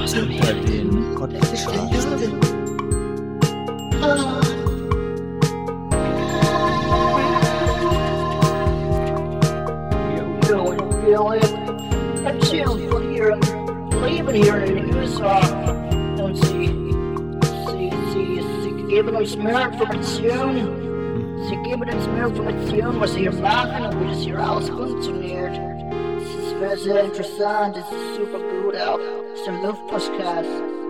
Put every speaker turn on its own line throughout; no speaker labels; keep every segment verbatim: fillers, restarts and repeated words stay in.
unter den Podcasts.
Leaving here in the U S A, und sie, sie, sie, sie geben uns mehr Informationen. Sie geben uns mehr Informationen, was sie hier machen und wie das hier alles funktioniert. Es ist sehr, sehr interessant, es ist super gut auch. Es ist ein Luftpostcast.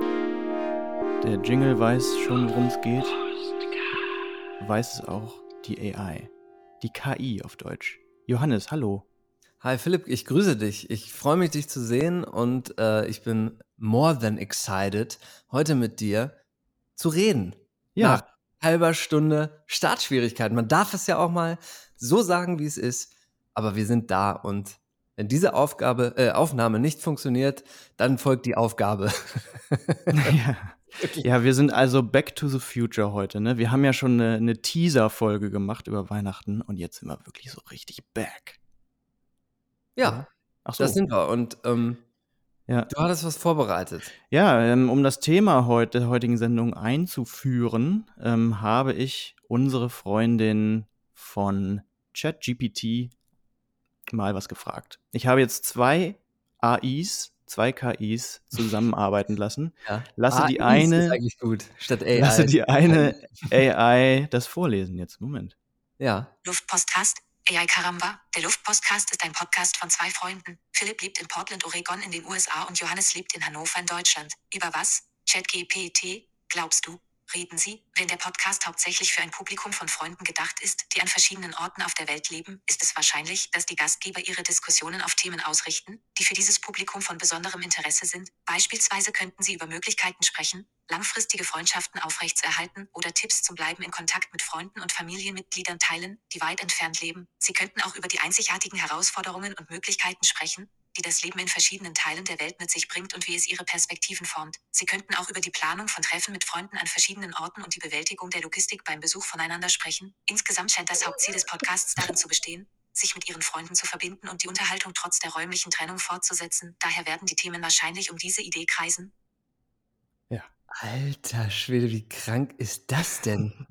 Der Jingle weiß schon, worum es geht. Weiß es auch die A I. Die K I auf Deutsch. Johannes, hallo.
Hi Philipp, ich grüße dich. Ich freue mich, dich zu sehen und äh, ich bin more than excited, heute mit dir zu reden.
Ja.
Nach halber Stunde Startschwierigkeiten. Man darf es ja auch mal so sagen, wie es ist, aber wir sind da und wenn diese Aufgabe, äh, Aufnahme nicht funktioniert, dann folgt die Aufgabe.
ja. ja, wir sind also back to the future heute. Ne? Wir haben ja schon eine, eine Teaser-Folge gemacht über Weihnachten und jetzt sind wir wirklich so richtig back.
Ja,
Ach so.
Das sind wir. Und ähm,
ja.
du hattest was vorbereitet.
Ja, ähm, um das Thema heute, der heutigen Sendung einzuführen, ähm, habe ich unsere Freundin von ChatGPT mal was gefragt. Ich habe jetzt zwei A Is, zwei K Is zusammenarbeiten lassen.
Ja.
Lasse
A
die
Is
eine,
ist eigentlich gut, statt A I.
lasse die eine A I das vorlesen jetzt. Moment.
Ja.
Luftpostcast. A I Karamba, der Luftpostcast ist ein Podcast von zwei Freunden. Philipp lebt in Portland, Oregon in den U S A und Johannes lebt in Hannover in Deutschland. Über was? ChatGPT, glaubst du? Reden Sie, wenn der Podcast hauptsächlich für ein Publikum von Freunden gedacht ist, die an verschiedenen Orten auf der Welt leben, ist es wahrscheinlich, dass die Gastgeber ihre Diskussionen auf Themen ausrichten, die für dieses Publikum von besonderem Interesse sind. Beispielsweise könnten sie über Möglichkeiten sprechen, langfristige Freundschaften aufrechtzuerhalten oder Tipps zum Bleiben in Kontakt mit Freunden und Familienmitgliedern teilen, die weit entfernt leben. Sie könnten auch über die einzigartigen Herausforderungen und Möglichkeiten sprechen, die das Leben in verschiedenen Teilen der Welt mit sich bringt und wie es ihre Perspektiven formt. Sie könnten auch über die Planung von Treffen mit Freunden an verschiedenen Orten und die Bewältigung der Logistik beim Besuch voneinander sprechen. Insgesamt scheint das Hauptziel des Podcasts darin zu bestehen, sich mit ihren Freunden zu verbinden und die Unterhaltung trotz der räumlichen Trennung fortzusetzen. Daher werden die Themen wahrscheinlich um diese Idee kreisen.
Ja.
Alter Schwede, wie krank ist das denn?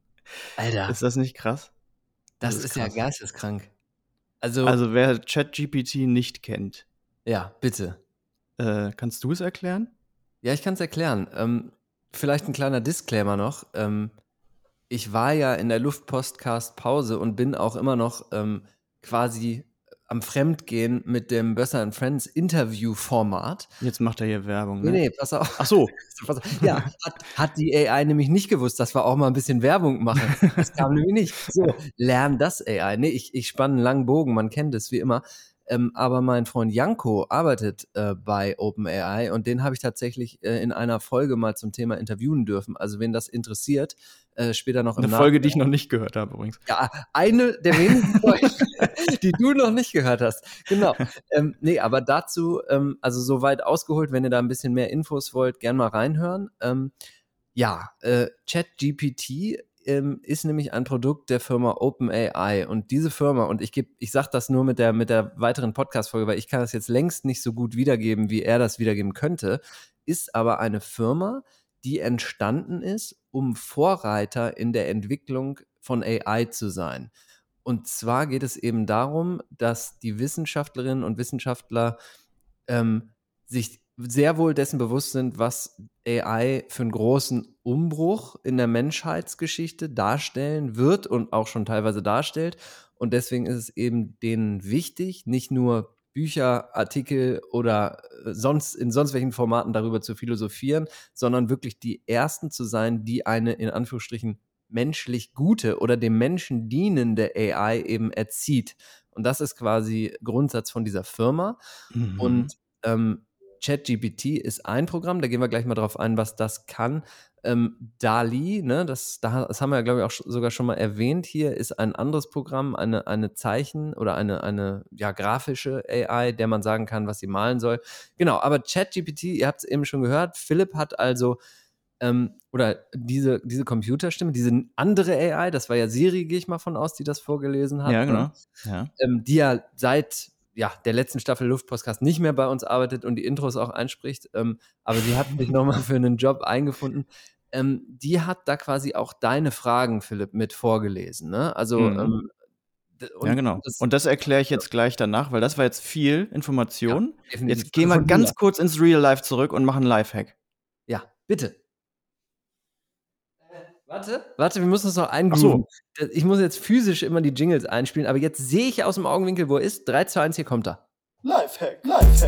Alter.
Ist das nicht krass?
Das,
das
ist,
ist
ja
krass.
geisteskrank. Also,
Also wer ChatGPT nicht kennt.
Ja, bitte.
Äh, kannst du es erklären?
Ja, ich kann es erklären. Ähm, vielleicht ein kleiner Disclaimer noch. Ähm, ich war ja in der Luftpostcast-Pause und bin auch immer noch ähm, quasi am Fremdgehen mit dem Bösser and Friends Interview-Format.
Jetzt macht er hier Werbung, ne?
Nee, nee, pass auf.
Ach so.
Pass auf. Ja, hat, hat die A I nämlich nicht gewusst, dass wir auch mal ein bisschen Werbung machen. Das kam nämlich nicht. So, lern das A I. Nee, ich, ich spanne einen langen Bogen, man kennt es wie immer. Ähm, aber mein Freund Janko arbeitet äh, bei OpenAI und den habe ich tatsächlich äh, in einer Folge mal zum Thema interviewen dürfen. Also wen das interessiert, äh, später noch im
Eine Folge, die ich noch nicht gehört habe übrigens.
Ja, eine der wenigen Folgen, die du noch nicht gehört hast. Genau. Ähm, nee, aber dazu, ähm, also soweit ausgeholt, wenn ihr da ein bisschen mehr Infos wollt, gern mal reinhören. Ähm, ja, äh, ChatGPT ähm, ist nämlich ein Produkt der Firma OpenAI und diese Firma, und ich gebe, ich sage das nur mit der, mit der weiteren Podcast-Folge, weil ich kann das jetzt längst nicht so gut wiedergeben, wie er das wiedergeben könnte, ist aber eine Firma, die entstanden ist, um Vorreiter in der Entwicklung von A I zu sein. Und zwar geht es eben darum, dass die Wissenschaftlerinnen und Wissenschaftler ähm, sich sehr wohl dessen bewusst sind, was A I für einen großen Umbruch in der Menschheitsgeschichte darstellen wird und auch schon teilweise darstellt. Und deswegen ist es eben denen wichtig, nicht nur Bücher, Artikel oder sonst in sonst welchen Formaten darüber zu philosophieren, sondern wirklich die Ersten zu sein, die eine in Anführungsstrichen menschlich gute oder dem Menschen dienende A I eben erzieht. Und das ist quasi Grundsatz von dieser Firma.
Mhm.
Und ähm, ChatGPT ist ein Programm, da gehen wir gleich mal drauf ein, was das kann. Ähm, DALL-E, ne, das, das haben wir ja, glaube ich, auch sogar schon mal erwähnt hier, ist ein anderes Programm, eine, eine Zeichen- oder eine, eine ja, grafische A I, der man sagen kann, was sie malen soll. Genau, aber ChatGPT, ihr habt es eben schon gehört, Philipp hat also ähm, oder diese, diese Computerstimme, diese andere A I, das war ja Siri, gehe ich mal von aus, die das vorgelesen hat,
Ja, genau.
ne?
Ja.
ähm, die ja seit ja, der letzten Staffel Luftpostcast nicht mehr bei uns arbeitet und die Intros auch einspricht, ähm, aber sie hat sich nochmal für einen Job eingefunden. Ähm, die hat da quasi auch deine Fragen, Philipp, mit vorgelesen, ne? Also,
Mhm.
ähm, d- und
Ja, genau.
das,
Und das erkläre ich jetzt gleich danach, weil das war jetzt viel Information.
definitiv.
Jetzt gehen wir
Von
ganz
mir.
kurz ins Real Life zurück und machen einen Lifehack.
Ja, bitte. Warte, warte, wir müssen uns noch
Ach
eingrooven.
so.
Ich muss jetzt physisch immer die Jingles einspielen, aber jetzt sehe ich aus dem Augenwinkel, wo er ist. drei, zwei, eins, hier kommt er.
Lifehack, Lifehack,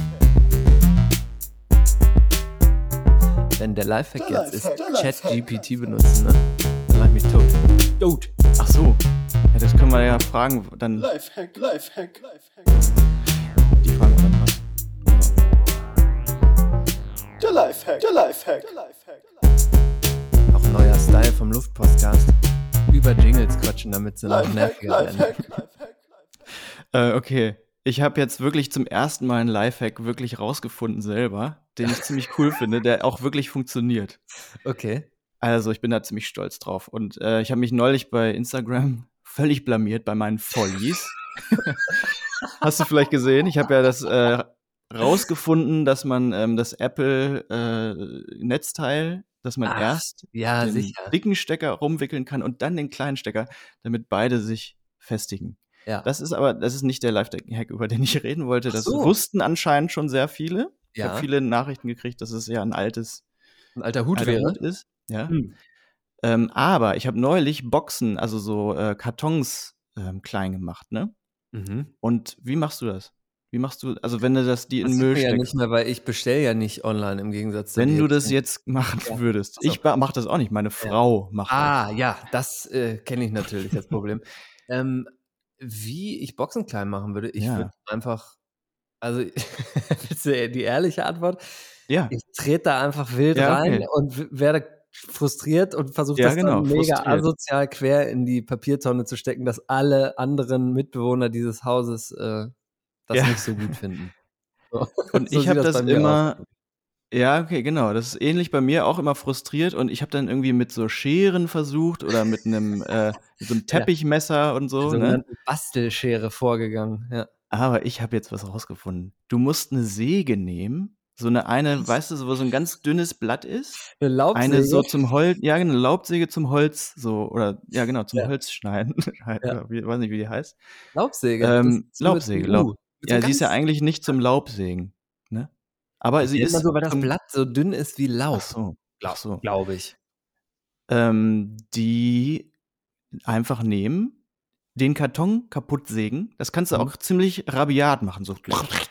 Wenn der Lifehack
Der
jetzt ist,
Lifehack, der
ChatGPT benutzen, ne? Dann mach ich mich tot. Tot.
Ach so. Ja, das können wir ja fragen, dann
Lifehack, Lifehack, Lifehack.
die fragen wir dann was.
Der Lifehack, der Lifehack, der Lifehack.
Auch ein neuer Style vom Luftpostcast. Über Jingles quatschen, damit sie noch
Lifehack,
nerviger werden.
Lifehack, Lifehack.
Äh, okay. Ich habe jetzt wirklich zum ersten Mal einen Lifehack wirklich rausgefunden selber, den ich ziemlich cool finde, der auch wirklich funktioniert.
Okay.
Also ich bin da ziemlich stolz drauf. Und äh, ich habe mich neulich bei Instagram völlig blamiert bei meinen Follies. Hast du vielleicht gesehen? Ich habe ja das äh, rausgefunden, dass man ähm, das Apple-Netzteil, dass man
Ach,
erst
ja,
den
sicher.
dicken Stecker rumwickeln kann und dann den kleinen Stecker, damit beide sich festigen.
Ja.
Das ist aber, das ist nicht der Lifehack, über den ich reden wollte.
Ach
Das
so.
wussten anscheinend schon sehr viele. Ich
Ja.
habe viele Nachrichten gekriegt, dass es ja ein altes
Ein alter Hut
alter
wäre.
Hut ist. Ja.
Hm.
Ähm, aber ich habe neulich Boxen, also so äh, Kartons ähm, klein gemacht, ne?
Mhm.
Und wie machst du das? Wie machst du, also wenn du das die in
Das
den
sieht
Müll
man ja
steckst,
nicht mehr, weil ich bestelle ja nicht online im Gegensatz zu
wenn
dir.
du das jetzt machen
Ja.
würdest.
Ach so.
Ich ba- mach das auch nicht, meine Frau macht
Ah, ja, das äh, kenne ich natürlich, das Problem. ähm, wie ich Boxen klein machen würde, ich
Ja.
würde einfach, also willst du die ehrliche Antwort?
das. Ja,
Ich trete da einfach wild
Ja,
rein
okay.
und w- werde frustriert und versuche
Ja,
das
genau,
dann mega
frustriert.
asozial quer in die Papiertonne zu stecken, dass alle anderen Mitbewohner dieses Hauses äh, das
Ja.
nicht so gut finden. So,
Und
so
ich
sieht
habe
das
das
bei mir
immer,
aus.
ja, okay, genau. Das ist ähnlich bei mir auch immer frustriert und ich habe dann irgendwie mit so Scheren versucht oder mit einem äh, mit so einem Teppichmesser und so,
Der
ne?
sogenannten Bastelschere vorgegangen. Ja.
Aber ich habe jetzt was rausgefunden. Du musst eine Säge nehmen, so eine eine, weißt du, so, wo so ein ganz dünnes Blatt ist.
Eine Laubsäge.
Eine so zum Holz, ja, eine Laubsäge zum Holz, so, oder, ja, genau, zum
Ja.
Holzschneiden. Halt,
Ja.
oder wie, weiß nicht, wie die heißt.
Laubsäge.
Ähm,
das ist so mit
Laubsäge,
U.
Laub.
Mit so
Ja,
einem
sie ist ja
ganz-
eigentlich nicht zum Laubsägen, ne? Aber
Das
sie
nennt man
ist
so, weil das
zum,
Blatt so dünn ist wie Laub.
ach so, ach so.
Glaube ich.
Ähm, die einfach nehmen, den Karton kaputt sägen. Das kannst du
Mhm.
auch ziemlich rabiat machen, so.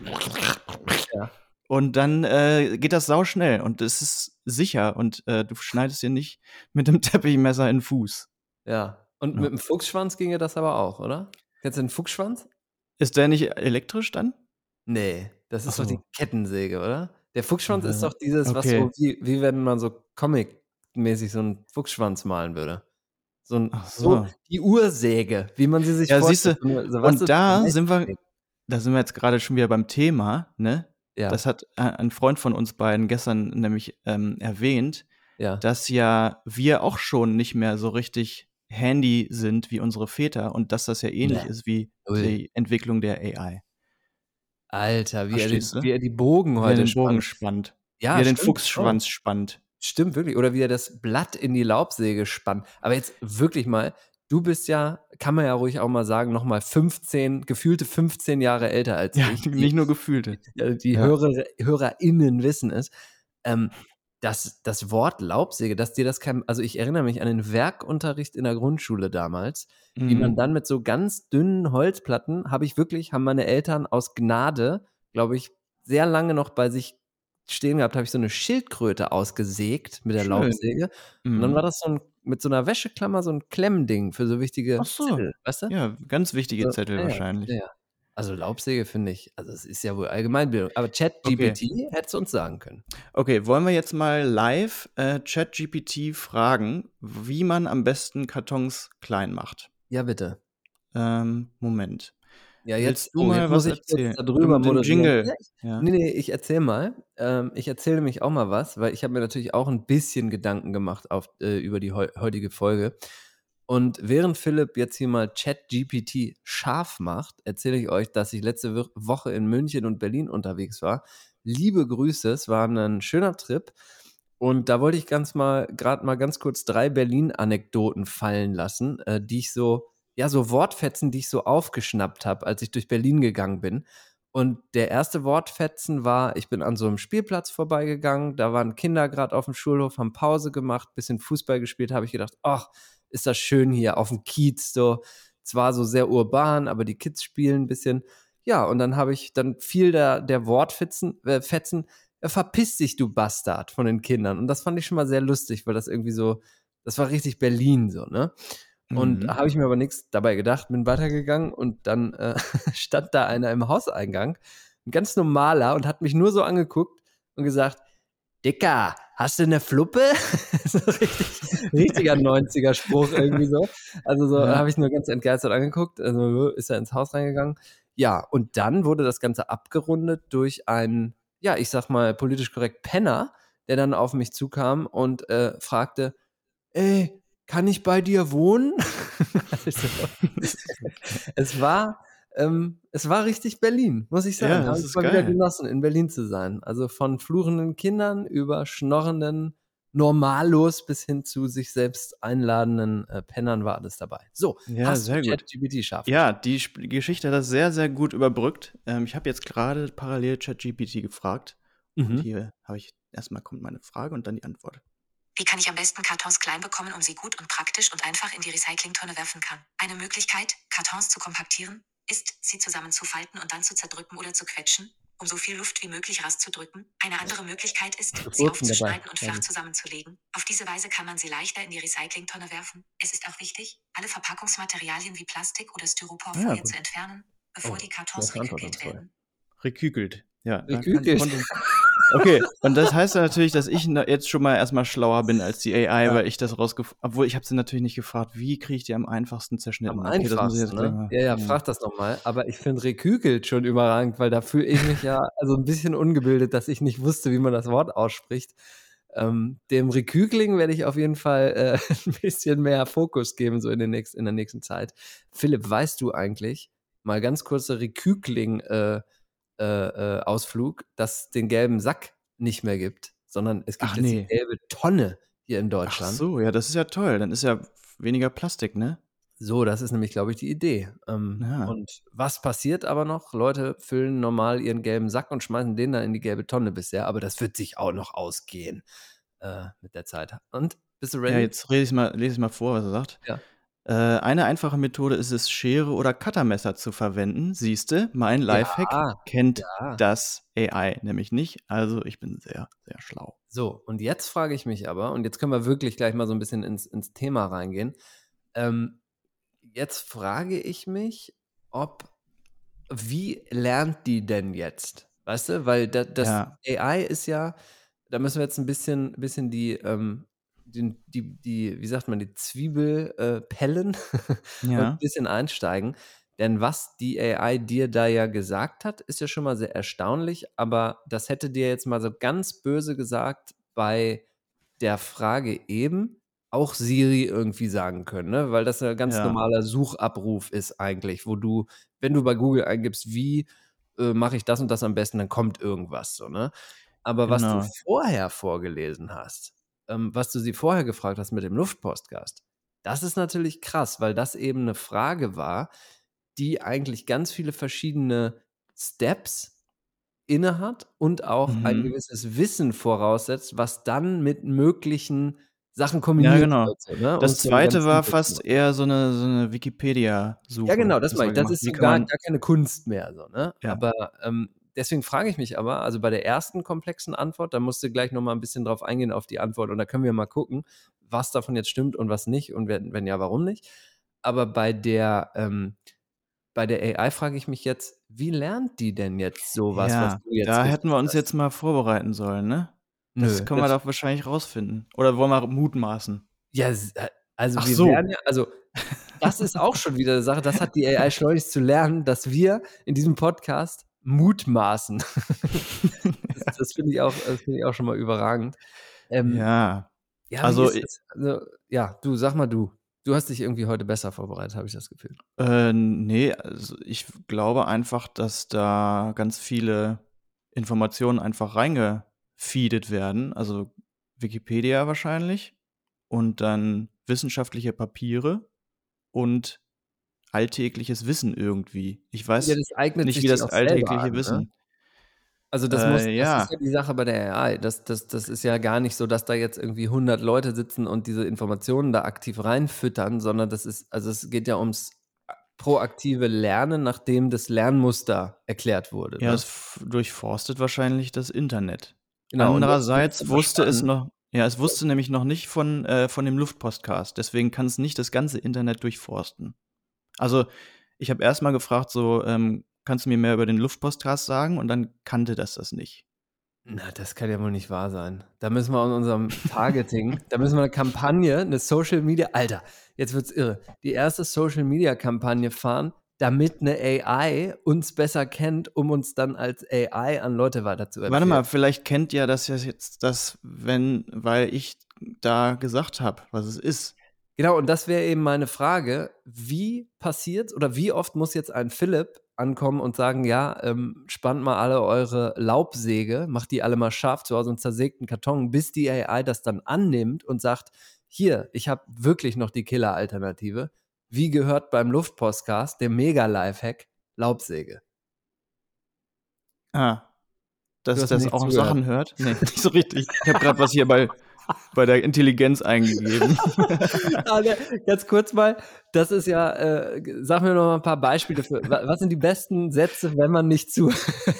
Ja.
Und dann äh, geht das sauschnell und es ist sicher und äh, du schneidest dir nicht mit dem Teppichmesser in den Fuß.
Ja. Und
Ja.
mit dem Fuchsschwanz ginge das aber auch, oder? Kennst du den Fuchsschwanz?
Ist der nicht elektrisch dann?
Nee, das ist
Ach
doch die
so.
Kettensäge, oder? Der Fuchsschwanz
Ja.
ist doch dieses, was
Okay.
so wie, wie wenn man so comic-mäßig so einen Fuchsschwanz malen würde. So, ein,
Ach
so.
so.
die Ursäge, wie man sie sich
Ja,
vorstellt.
siehste,
So eine- so, weißt du,
und da
so
sind wir,
Meistersäge.
da sind wir jetzt gerade schon wieder beim Thema, ne?
Ja,
Das hat äh, ein Freund von uns beiden gestern nämlich ähm, erwähnt,
ja.
dass ja wir auch schon nicht mehr so richtig handy sind wie unsere Väter und dass das ja ähnlich
Nee.
ist wie
Ui.
die Entwicklung der A I.
Alter, wie er, den,
Verstehst du?
wie er die Bogen
Wie er
heute
den Bogen
spannt.
spannt.
Ja,
wie er den
stimmt,
Fuchsschwanz spannt.
Stimmt, wirklich. Oder wie er das Blatt in die Laubsäge spannt. Aber jetzt wirklich mal, du bist ja, kann man ja ruhig auch mal sagen, nochmal fünfzehn, gefühlte fünfzehn Jahre älter als
Ja,
ich. Die,
nicht nur gefühlte.
die, die
Ja.
Hörer, HörerInnen wissen es. Ähm, das, das Wort Laubsäge, dass dir das kein, also ich erinnere mich an den Werkunterricht in der Grundschule damals, wie man
Mhm.
dann mit so ganz dünnen Holzplatten, habe ich wirklich, haben meine Eltern aus Gnade, glaube ich, sehr lange noch bei sich stehen gehabt, habe ich so eine Schildkröte ausgesägt mit der
Schön.
Laubsäge. Und dann
Mhm.
war das so ein, mit so einer Wäscheklammer so ein Klemmding für so wichtige
Ach so.
Zettel, weißt du?
Ja, ganz wichtige
So,
Zettel
ja, ja,
wahrscheinlich.
ja, ja. Also Laubsäge finde ich, also es ist ja wohl Allgemeinbildung. Aber
Okay.
ChatGPT hätte es uns sagen können.
Okay, wollen wir jetzt mal live äh, ChatGPT fragen, wie man am besten Kartons klein macht?
Ja, bitte.
Ähm, Moment.
Ja, jetzt,
Willst du
oh,
mal
jetzt
was
muss ich
erzählen?
kurz darüber
Du, den
moderieren.
Jingle.
Ja, ich,
Ja.
nee, nee, ich erzähle mal. Ähm, ich erzähle nämlich auch mal was, weil ich habe mir natürlich auch ein bisschen Gedanken gemacht auf, äh, über die heu heutige Folge. Und während Philipp jetzt hier mal ChatGPT scharf macht, erzähle ich euch, dass ich letzte Wo- Woche in München und Berlin unterwegs war. Liebe Grüße, es war ein schöner Trip. Und da wollte ich ganz mal, gerade mal ganz kurz drei Berlin-Anekdoten fallen lassen, äh, die ich so, ja, so Wortfetzen, die ich so aufgeschnappt habe, als ich durch Berlin gegangen bin. Und der erste Wortfetzen war, ich bin an so einem Spielplatz vorbeigegangen, da waren Kinder gerade auf dem Schulhof, haben Pause gemacht, bisschen Fußball gespielt, habe ich gedacht, ach, ist das schön hier auf dem Kiez, so, zwar so sehr urban, aber die Kids spielen ein bisschen. Ja, und dann habe ich, dann fiel der, der Wortfetzen, äh, Fetzen, ja, verpiss dich, du Bastard, von den Kindern. Und das fand ich schon mal sehr lustig, weil das irgendwie so, das war richtig Berlin so, ne? Und
Mhm.
habe ich mir aber nichts dabei gedacht, bin weitergegangen und dann äh, stand da einer im Hauseingang, ein ganz normaler, und hat mich nur so angeguckt und gesagt, Dicker, hast du eine Fluppe? So richtig, richtiger neunziger-Spruch irgendwie so. Also so
Ja.
habe ich nur ganz entgeistert angeguckt, also ist er ins Haus reingegangen. Ja, und dann wurde das Ganze abgerundet durch einen, ja, ich sag mal politisch korrekt Penner, der dann auf mich zukam und äh, fragte, ey, kann ich bei dir wohnen? Also, es war, ähm, es war richtig Berlin, muss ich
Ja,
sagen.
das
Habe ich
ist
mal wieder
geil.
genossen, in Berlin zu sein. Also von fluchenden Kindern über schnorrenden Normalos bis hin zu sich selbst einladenden äh, Pennern war alles dabei. So,
Ja,
hast du
sehr gut.
ChatGPT scharf
Ja, die Sp Geschichte hat das sehr, sehr gut überbrückt. Ähm, ich habe jetzt gerade parallel ChatGPT gefragt. Und
Mhm.
hier habe ich erstmal kommt meine Frage und dann die Antwort.
Wie kann ich am besten Kartons klein bekommen, um sie gut und praktisch und einfach in die Recyclingtonne werfen kann? Eine Möglichkeit, Kartons zu kompaktieren, ist, sie zusammenzufalten und dann zu zerdrücken oder zu quetschen, um so viel Luft wie möglich rauszudrücken. Eine andere Möglichkeit ist, sie
Geburten
aufzuschneiden
dabei.
und flach zusammenzulegen. Auf diese Weise kann man sie leichter in die Recyclingtonne werfen. Es ist auch wichtig, alle Verpackungsmaterialien wie Plastik oder Styroporfolie
Ah, ja, gut.
zu entfernen, bevor
Oh,
die Kartons
sehr
rekükelt
verantwortungsvoll.
werden.
Rekükelt. Ja, da kann,
Gekügelt.
konnte Okay, und das heißt ja natürlich, dass ich na- jetzt schon mal erstmal schlauer bin als die A I,
Ja.
weil ich das rausgefunden habe. Obwohl, ich habe sie natürlich nicht gefragt, wie kriege ich die am einfachsten zerschnitten?
Am
Okay, das muss ich jetzt
einfachsten,
gleich
ne?
mal.
Ja, ja, frag das nochmal. Aber ich finde rekükelt schon überragend, weil da fühle ich mich ja also ein bisschen ungebildet, dass ich nicht wusste, wie man das Wort ausspricht. Ähm, dem Rekükling werde ich auf jeden Fall äh, ein bisschen mehr Fokus geben, so in, den nächsten, in der nächsten Zeit. Philipp, weißt du eigentlich, mal ganz kurzer Rekükling-Ausflug, äh, äh, Ausflug, dass es den gelben Sack nicht mehr gibt, sondern es gibt
Ach
jetzt die
nee.
gelbe Tonne hier in
Ach
Deutschland.
so, ja, das ist ja toll. Dann ist ja weniger Plastik, ne?
So, das ist nämlich, glaube ich, die Idee. Ähm,
Ja.
Und was passiert aber noch? Leute füllen normal ihren gelben Sack und schmeißen den dann in die gelbe Tonne bisher, aber das wird sich auch noch ausgehen äh, mit der Zeit. Und, bist du
Ja,
ready?
jetzt lese ich mal, lese ich mal vor, was er sagt.
Ja.
Äh, eine einfache Methode ist es, Schere oder Cuttermesser zu verwenden. Siehste, mein Lifehack
Ja,
kennt
ja.
das A I nämlich nicht. Also ich bin sehr, sehr schlau.
So, und jetzt frage ich mich aber, und jetzt können wir wirklich gleich mal so ein bisschen ins, ins Thema reingehen. Ähm, jetzt frage ich mich, ob, wie lernt die denn jetzt? Weißt du, weil da, das
Ja.
A I ist ja, da müssen wir jetzt ein bisschen, bisschen die, ähm, die, die, die, wie sagt man, die Zwiebel äh, pellen und ein
Ja.
bisschen einsteigen. Denn was die A I dir da ja gesagt hat, ist ja schon mal sehr erstaunlich, aber das hätte dir jetzt mal so ganz böse gesagt bei der Frage eben auch Siri irgendwie sagen können, ne? Weil das ja ganz
Ja.
normaler Suchabruf ist eigentlich, wo du, wenn du bei Google eingibst, wie äh, mache ich das und das am besten, dann kommt irgendwas so, ne? Aber was du
Genau.
vorher vorgelesen hast, ähm, was du sie vorher gefragt hast mit dem Luftpostcast, das ist natürlich krass, weil das eben eine Frage war, die eigentlich ganz viele verschiedene Steps innehat und auch ein
Mhm.
gewisses Wissen voraussetzt, was dann mit möglichen Sachen
Ja,
kombiniert
genau.
wird, so, ne?
Das
Um's mal ganz
zweite war
simpel zu
fast
machen.
eher so eine, so eine Wikipedia-Suche.
Ja, genau, das
Das
meine
war
ich. Das
gemacht.
ist
Wie
so
kann
gar
man.
gar keine Kunst mehr so, ne?
Ja.
Aber, ähm, deswegen frage ich mich aber, also bei der ersten komplexen Antwort, da musst du gleich noch mal 'n bisschen drauf eingehen auf die Antwort und da können wir mal gucken, was davon jetzt stimmt und was nicht und wenn wenn ja, warum nicht. Aber bei der, ähm bei der A I frage ich mich jetzt, wie lernt die denn jetzt so was, was
Ja,
du jetzt
da hätten wir
gesagt
uns
hast?
jetzt mal vorbereiten sollen, ne? Das
Nö,
können wir
das
doch wahrscheinlich rausfinden. Oder wollen wir mutmaßen?
ja, s äh, also
Ach
wir
so.
werden ja also das ist auch schon wieder 'ne Sache, das hat die A I schleunigst zu lernen, dass wir in diesem Podcast mutmaßen. Das das finde ich auch das finde ich auch schon mal überragend. Ähm,
Ja.
ja, wie
Also,
ist
i
das? Also, ja, du, sag mal du. Du hast dich irgendwie heute besser vorbereitet, habe ich das Gefühl.
Äh, nee, also ich glaube einfach, dass da ganz viele Informationen einfach reingefeedet werden. Also Wikipedia wahrscheinlich und dann wissenschaftliche Papiere und alltägliches Wissen irgendwie. Ich
Ja,
weiß
das eignet
nicht,
sich
wie
die
das
auch selber
alltägliche
an, ne?
Wissen.
Also das muss,
Äh,
das ist ja
ja.
die Sache bei der A I. Das, das, das ist ja gar nicht so, dass da jetzt irgendwie hundert Leute sitzen und diese Informationen da aktiv reinfüttern, sondern das ist, also es geht ja ums proaktive Lernen, nachdem das Lernmuster erklärt wurde.
Ja,
Ne?
es f- durchforstet wahrscheinlich das Internet.
Genau, und das ist
Andererseits
aber
wusste es
spannend.
noch, ja, es wusste nämlich noch nicht von, äh, von dem Luftpostcast. Deswegen kann es nicht das ganze Internet durchforsten. Also, ich habe erstmal gefragt, so, ähm, kannst du mir mehr über den Luftpostcast sagen? Und dann kannte das das nicht.
Na, das kann ja wohl nicht wahr sein. Da müssen wir an unserem Targeting, da müssen wir eine Kampagne, eine Social Media, Alter, jetzt wird's irre. Die erste Social Media Kampagne fahren, damit eine A I uns besser kennt, um uns dann als A I an Leute weiterzuempfehlen.
Warte mal, vielleicht kennt ja das jetzt das, wenn, weil ich da gesagt habe, was es ist.
Genau, und das wäre eben meine Frage, wie passiert oder wie oft muss jetzt ein Philipp ankommen und sagen, ja, ähm, spannt mal alle eure Laubsäge, macht die alle mal scharf zu Hause und zersägt einen Karton, bis die A I das dann annimmt und sagt, hier, ich habe wirklich noch die Killer-Alternative. Wie gehört beim Luftpostcast, dem Mega-Lifehack, Laubsäge.
Ah, dass
hast
das
nicht
auch
zugehört.
Sachen hört? Nee, nicht so richtig. Ich habe gerade was hier bei, bei der Intelligenz eingegeben.
Aber ganz kurz mal, das ist ja, äh, sag mir noch mal ein paar Beispiele für, wa- was sind die besten Sätze, wenn man nicht zuhört?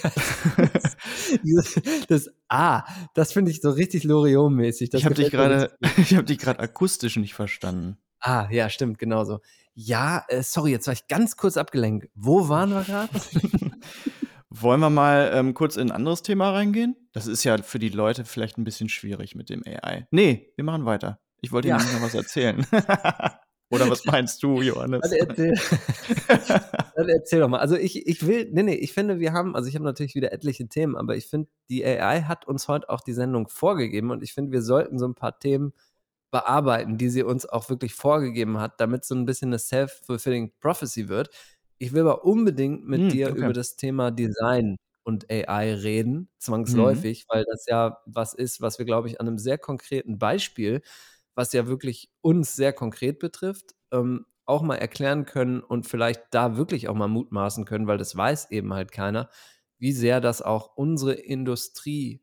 das, dieses- das Ah, das finde ich so richtig Loriot-mäßig. Das
Ich habe dich
gefällt mir
gerade,
richtig gut.
ich habe dich gerade akustisch nicht verstanden.
Ah, ja, stimmt, genauso. Ja, äh, sorry, jetzt war ich ganz kurz abgelenkt. Wo waren wir gerade?
Wollen wir mal ähm, kurz in ein anderes Thema reingehen? Das ist ja für die Leute vielleicht ein bisschen schwierig mit dem A I. Nee, wir machen weiter. Ich wollte
Ja.
Ihnen nämlich noch was erzählen. Oder was meinst du, Johannes?
Dann erzähl, dann erzähl doch mal. Also ich, ich will, nee, nee, ich finde, wir haben, also ich habe natürlich wieder etliche Themen, aber ich finde, die A I hat uns heute auch die Sendung vorgegeben und ich finde, wir sollten so ein paar Themen bearbeiten, die sie uns auch wirklich vorgegeben hat, damit so ein bisschen eine self-fulfilling prophecy wird. Ich will aber unbedingt mit
Hm,
dir
okay.
über das Thema Design und A I reden, zwangsläufig, weil das ja was ist, was wir, glaube ich, an einem sehr konkreten Beispiel, was ja wirklich uns sehr konkret betrifft, ähm, auch mal erklären können und vielleicht da wirklich auch mal mutmaßen können, weil das weiß eben halt keiner, wie sehr das auch unsere Industrie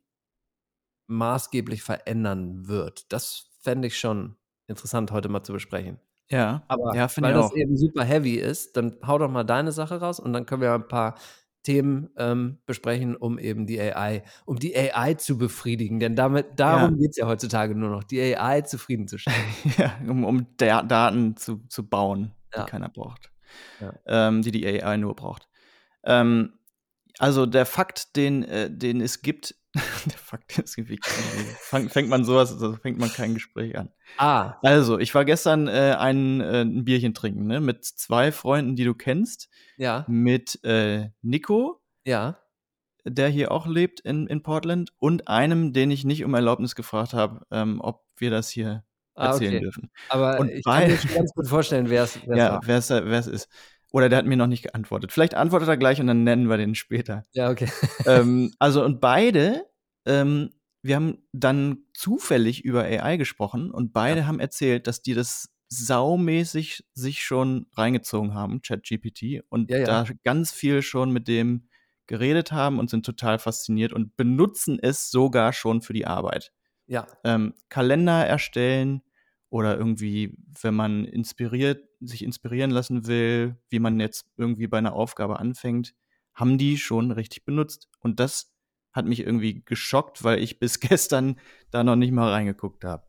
maßgeblich verändern wird. Das fände ich schon interessant, heute mal zu besprechen.
Ja,
Aber
ja, finde
weil
ich
das
auch.
eben super heavy ist, dann hau doch mal deine Sache raus und dann können wir ein paar Themen ähm, besprechen, um eben die A I, um die A I zu befriedigen. Denn damit, darum geht es ja heutzutage nur noch, die A I zufriedenzustellen.
Ja, um, um Da- Daten zu, zu bauen, die
Ja.
keiner braucht.
Ja.
Ähm, die die A I nur braucht. Ähm, also der Fakt, den, äh, den es gibt, der Fakt, den es gibt, wie fang, fängt man sowas, also fängt man kein Gespräch an.
Ah,
Also, ich war gestern äh, ein, äh, ein Bierchen trinken, ne, mit zwei Freunden, die du kennst,
ja,
mit äh, Nico,
ja.
der hier auch lebt in, in Portland, und einem, den ich nicht um Erlaubnis gefragt habe, ähm, ob wir das hier
Ah,
erzählen
okay.
dürfen.
Aber
Und
ich kann
bei-
mir schon ganz gut vorstellen, wer es
Ja,
war.
wer es wer es ist. Oder der hat mir noch nicht geantwortet. Vielleicht antwortet er gleich und dann nennen wir den später.
Ja, okay.
ähm, also, und beide, ähm, wir haben dann zufällig über A I gesprochen und beide haben erzählt, dass die das saumäßig sich schon reingezogen haben, ChatGPT, und
Ja, ja.
da ganz viel schon mit dem geredet haben und sind total fasziniert und benutzen es sogar schon für die Arbeit.
Ja,
Ähm, Kalender erstellen oder irgendwie, wenn man inspiriert, sich inspirieren lassen will, wie man jetzt irgendwie bei einer Aufgabe anfängt, haben die schon richtig benutzt. Und das hat mich irgendwie geschockt, weil ich bis gestern da noch nicht mal reingeguckt habe.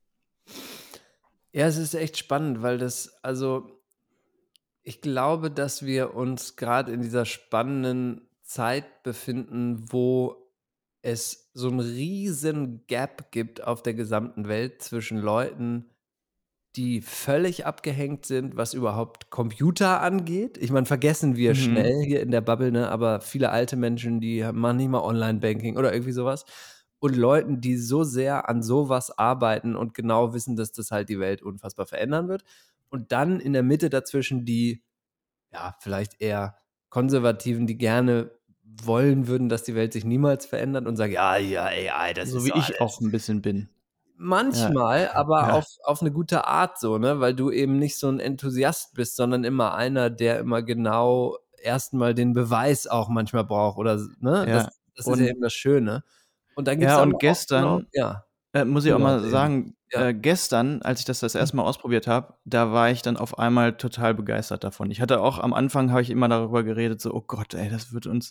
Ja, es ist echt spannend, weil das, also ich glaube, dass wir uns gerade in dieser spannenden Zeit befinden, wo es so einen riesen Gap gibt auf der gesamten Welt zwischen Leuten, die völlig abgehängt sind, was überhaupt Computer angeht. Ich meine, vergessen wir
Mhm.
schnell hier in der Bubble, ne? Aber viele alte Menschen, die machen nicht mal Online-Banking oder irgendwie sowas. Und Leuten, die so sehr an sowas arbeiten und genau wissen, dass das halt die Welt unfassbar verändern wird. Und dann in der Mitte dazwischen die, ja, vielleicht eher Konservativen, die gerne wollen würden, dass die Welt sich niemals verändert und sagen, ja, ja, A I, das
So
ist
wie
so
ich
alles.
auch ein bisschen bin.
Manchmal, aber
Ja.
auf, auf eine gute Art so, ne? Weil du eben nicht so ein Enthusiast bist, sondern immer einer, der immer genau erstmal den Beweis auch manchmal braucht. Oder, ne?
Ja.
Das, das ist
Und-
ja eben das Schöne. Und dann gibt's
Ja,
aber
und
auch
gestern,
genau, ja.
Äh, muss ich auch
Du
mal
warst eben.
sagen,
Ja.
äh, gestern, als ich das das erste Mal ausprobiert habe, da war ich dann auf einmal total begeistert davon. Ich hatte auch am Anfang, habe ich immer darüber geredet, so, oh Gott, ey, das wird uns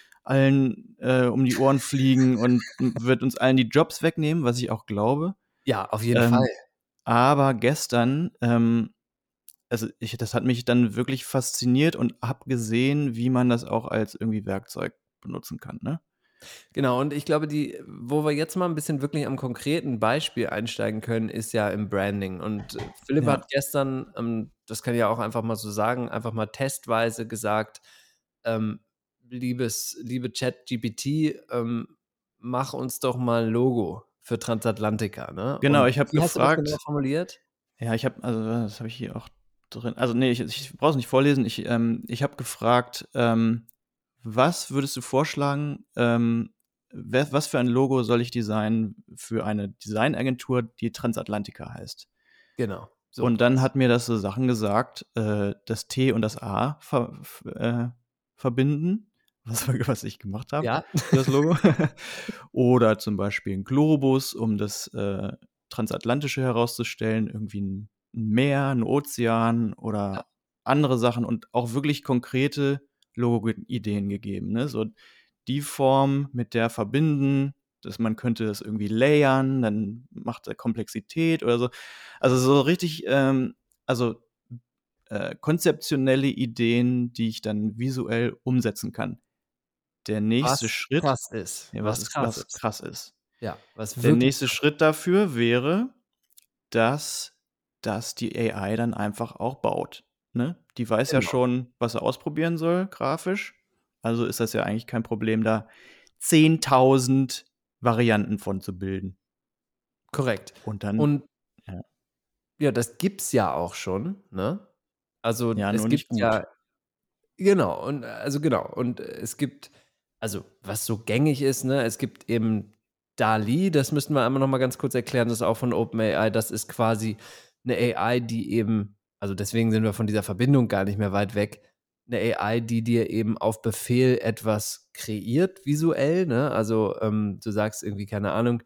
allen äh, um die Ohren fliegen und wird uns allen die Jobs wegnehmen, was ich auch glaube.
Ja, auf jeden
Ähm,
Fall.
Aber gestern, ähm, also ich, das hat mich dann wirklich fasziniert und habe gesehen, wie man das auch als irgendwie Werkzeug benutzen kann, ne?
Genau, und ich glaube, die, wo wir jetzt mal ein bisschen wirklich am konkreten Beispiel einsteigen können, ist ja im Branding. Und äh, Philipp
Ja.
hat gestern, ähm, das kann ich ja auch einfach mal so sagen, einfach mal testweise gesagt, ähm, liebes, liebe ChatGPT, ähm, mach uns doch mal ein Logo für Transatlantica. Ne?
Genau,
Und
ich habe
wie hast du das
gefragt,
genau formuliert?
Ja, ich habe, also das habe ich hier auch drin. Also nee, ich, ich brauche es nicht vorlesen. Ich, ähm, ich habe gefragt, ähm, was würdest du vorschlagen, ähm, wer, was für ein Logo soll ich designen für eine Designagentur, die Transatlantica heißt?
Genau. So.
Und dann hat mir das so Sachen gesagt, äh, das T und das A ver, f- äh, verbinden, was, was ich gemacht habe
Ja.
für das Logo. Oder zum Beispiel ein Globus, um das äh, Transatlantische herauszustellen, irgendwie ein, ein Meer, ein Ozean oder
Ja.
andere Sachen und auch wirklich konkrete Logo-Ideen gegeben. Ne? So die Form mit der verbinden, dass man könnte das irgendwie layern, dann macht er Komplexität oder so. Also so richtig, ähm, also äh, konzeptionelle Ideen, die ich dann visuell umsetzen kann. Der nächste
Was
Schritt,
krass ist.
ja, was,
Was
ist,
krass
was
ist.
krass ist.
Ja, was
Der
wirklich
nächste
krass
Schritt dafür wäre, dass, dass die A I dann einfach auch baut. Ne? Die weiß ja
Genau.
schon, was sie ausprobieren soll, grafisch. Also ist das ja eigentlich kein Problem, da zehntausend Varianten von zu bilden.
Korrekt.
Und dann,
Und
ja,
ja, das gibt's ja auch schon, ne? Also,
ja,
es
nur nicht
gibt
gut.
ja genau, und, äh, also genau, und äh, es gibt also, was so gängig ist, ne, es gibt eben DALL-E, das müssten wir einmal noch mal ganz kurz erklären, das ist auch von OpenAI, das ist quasi 'ne A I, die eben also, deswegen sind wir von dieser Verbindung gar nicht mehr weit weg, 'ne A I, die dir eben auf Befehl etwas kreiert visuell, ne? Also, ähm, du sagst irgendwie, keine Ahnung,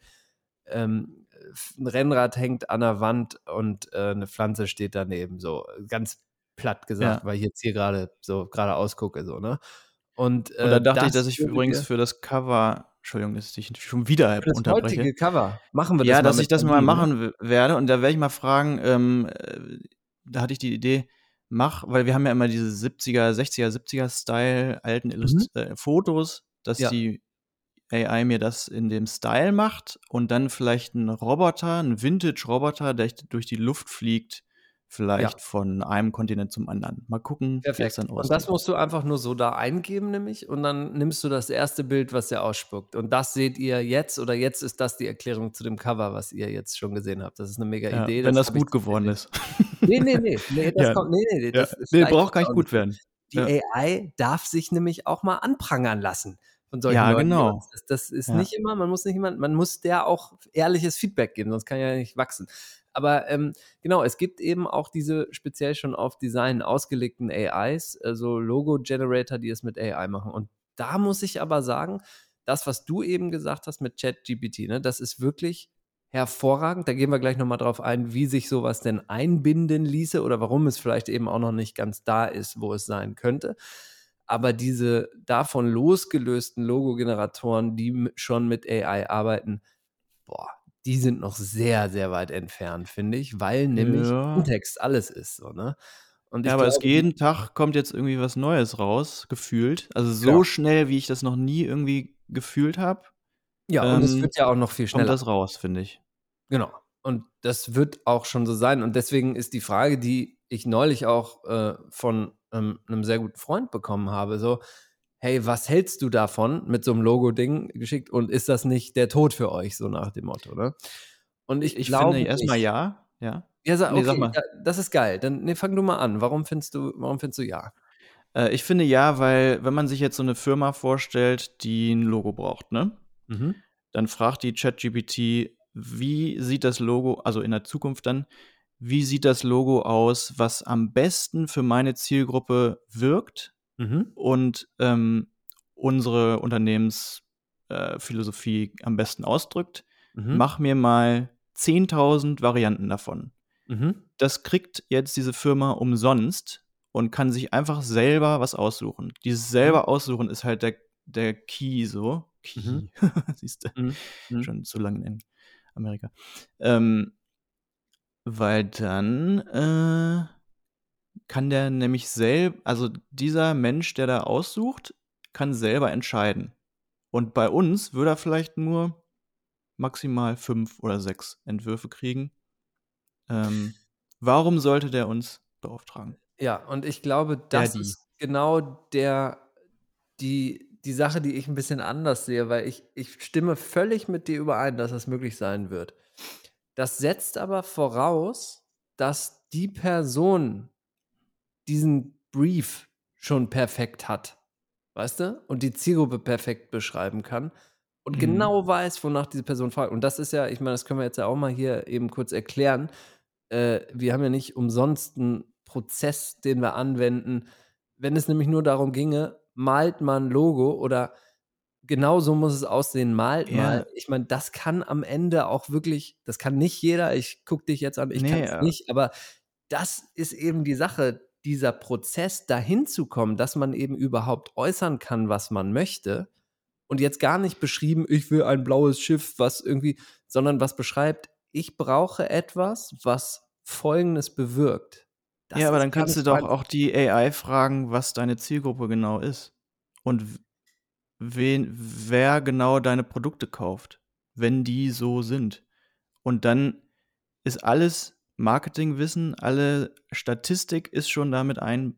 ähm, f 'n Rennrad hängt an der Wand und, äh, 'ne Pflanze steht daneben, so ganz platt gesagt,
Ja.
weil ich jetzt hier gerade so geradeaus gucke, so, ne? Und,
Und da
äh,
dachte ich,
das
dass ich
würde
übrigens
dir
für das Cover, Entschuldigung, dass ich schon wieder
für das
unterbreche.
heutige Cover machen wir
Ja,
das mal
dass ich
mit
das mal
DALL-E, ne?
machen w- werde. Und da werde ich mal fragen, ähm, äh, da hatte ich die Idee, mach, weil wir haben ja immer diese siebziger, sechziger, siebziger Style, alten Illust
Mhm.
äh, Fotos, dass
Ja.
die A I mir das in dem Style macht und dann vielleicht ein Roboter, ein Vintage-Roboter, der echt durch die Luft fliegt, vielleicht von einem Kontinent zum anderen. Mal gucken, wie das
Perfekt.
dann
Und das
aussieht.
musst du einfach nur so da eingeben nämlich und dann nimmst du das erste Bild, was der ausspuckt. Und das seht ihr jetzt oder jetzt ist das die Erklärung zu dem Cover, was ihr jetzt schon gesehen habt. Das ist 'ne mega
Ja,
Idee,
wenn das
habe ich
gut geworden ist.
Ne, ne, ne, ne, das
Ja,
kommt ne, ne,
ja.
das
Nee,
steigt
braucht gar
jetzt
nicht
auch
gut
nicht.
werden.
Die
Ja.
A I darf sich nämlich auch mal anprangern lassen von solchen
Ja,
Leuten wie
genau.
uns. Das das ist
Ja.
nicht immer man muss nicht immer man muss der auch ehrliches Feedback geben, sonst kann ja nicht wachsen. Aber, ähm, genau, es gibt eben auch diese speziell schon auf Design ausgelegten A Is, also Logo-Generator, die es mit A I machen. Und da muss ich aber sagen, das, was du eben gesagt hast mit ChatGPT, ne, das ist wirklich hervorragend. Da gehen wir gleich noch mal drauf ein, wie sich so was denn einbinden ließe oder warum es vielleicht eben auch noch nicht ganz da ist, wo es sein könnte. Aber diese davon losgelösten Logo-Generatoren, die m schon mit A I arbeiten, boah, die sind noch sehr, sehr weit entfernt, finde ich, weil nämlich
Ja.
Kontext alles ist so, ne? Und
Ja,
ich
aber es
glaube, die
jeden Tag kommt jetzt irgendwie was Neues raus, gefühlt. Also so
genau.
schnell, wie ich das noch nie irgendwie gefühlt habe,
Ja, und es
ähm,
wird ja auch noch viel
kommt
schneller.
das raus, finde ich.
Genau. Und das wird auch schon so sein. Und deswegen ist die Frage, die ich neulich auch äh, von ähm, einem sehr guten Freund bekommen habe, so, hey, was hältst du davon mit so einem Logo-Ding geschickt und ist das nicht der Tod für euch, so nach dem Motto, ne? Und
Ich
ich
ich finde
glaube
erstmal
nicht.
ja, ja.
Ja, sag,
Nee,
okay,
sag mal.
ja, das ist geil. Dann nee, fang du mal an. Warum findest du, warum findest du ja?
Äh, ich finde ja, weil wenn man sich jetzt so eine Firma vorstellt, die ein Logo braucht, ne?
Mhm.
Dann fragt die ChatGPT, wie sieht das Logo, also in der Zukunft dann, wie sieht das Logo aus, was am besten für meine Zielgruppe wirkt
Mhm.
und ähm, unsere Unternehmensphilosophie äh, am besten ausdrückt.
Mhm.
Mach mir mal zehntausend Varianten davon.
Mhm.
Das kriegt jetzt diese Firma umsonst und kann sich einfach selber was aussuchen. Dieses selber aussuchen ist halt der, der Key so. Key.
Mhm.
Siehst du,
Mhm. Mhm.
schon zu lange in Amerika. Ähm, weil dann äh, kann der nämlich selber, also dieser Mensch, der da aussucht, kann selber entscheiden. Und bei uns würde er vielleicht nur maximal fünf oder sechs Entwürfe kriegen. Ähm, warum sollte der uns beauftragen?
Ja, und ich glaube,
Der,
das
die.
ist genau der, die, die Sache, die ich ein bisschen anders sehe, weil ich, ich stimme völlig mit dir überein, dass das möglich sein wird. Das setzt aber voraus, dass die Person diesen Brief schon perfekt hat, weißt du? Und die Zielgruppe perfekt beschreiben kann und
Mhm.
genau weiß, wonach diese Person fragt. Und das ist ja, ich meine, das können wir jetzt ja auch mal hier eben kurz erklären. Äh, wir haben ja nicht umsonst einen Prozess, den wir anwenden. Wenn es nämlich nur darum ginge, malt man ein Logo oder genau so muss es aussehen, malt mal.
Ja,
Ich meine, das kann am Ende auch wirklich, das kann nicht jeder. Ich gucke dich jetzt an, ich kann
nee,
es
äh,
nicht, aber das ist eben die Sache, dieser Prozess, dahin zu kommen, dass man eben überhaupt äußern kann, was man möchte. Und jetzt gar nicht beschrieben, ich will ein blaues Schiff, was irgendwie, sondern was beschreibt, ich brauche etwas, was Folgendes bewirkt. Das
ja, aber
ist
dann
gar
kannst
nicht
du
so
doch
einfach.
auch die A I fragen, was deine Zielgruppe genau ist. Und w- wen, wer genau deine Produkte kauft, wenn die so sind. Und dann ist alles Marketingwissen, alle Statistik ist schon damit ein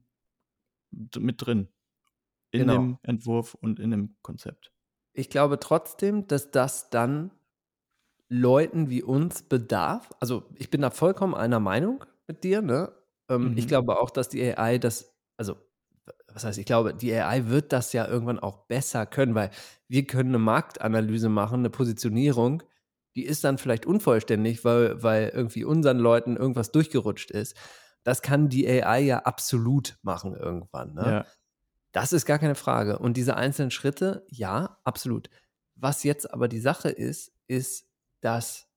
d- mit drin. In
Genau.
dem Entwurf und in dem Konzept.
Ich glaube trotzdem, dass das dann Leuten wie uns bedarf. Also, ich bin da vollkommen einer Meinung mit dir, ne? Ähm, ich
Mhm.
glaube auch, dass die A I das, also, was heißt, ich glaube, die A I wird das ja irgendwann auch besser können, weil wir können eine Marktanalyse machen, eine Positionierung, die ist dann vielleicht unvollständig, weil weil irgendwie unseren Leuten irgendwas durchgerutscht ist. Das kann die A I ja absolut machen irgendwann, ne?
Ja.
Das ist gar keine Frage. Und diese einzelnen Schritte, ja, absolut. Was jetzt aber die Sache ist, ist, dass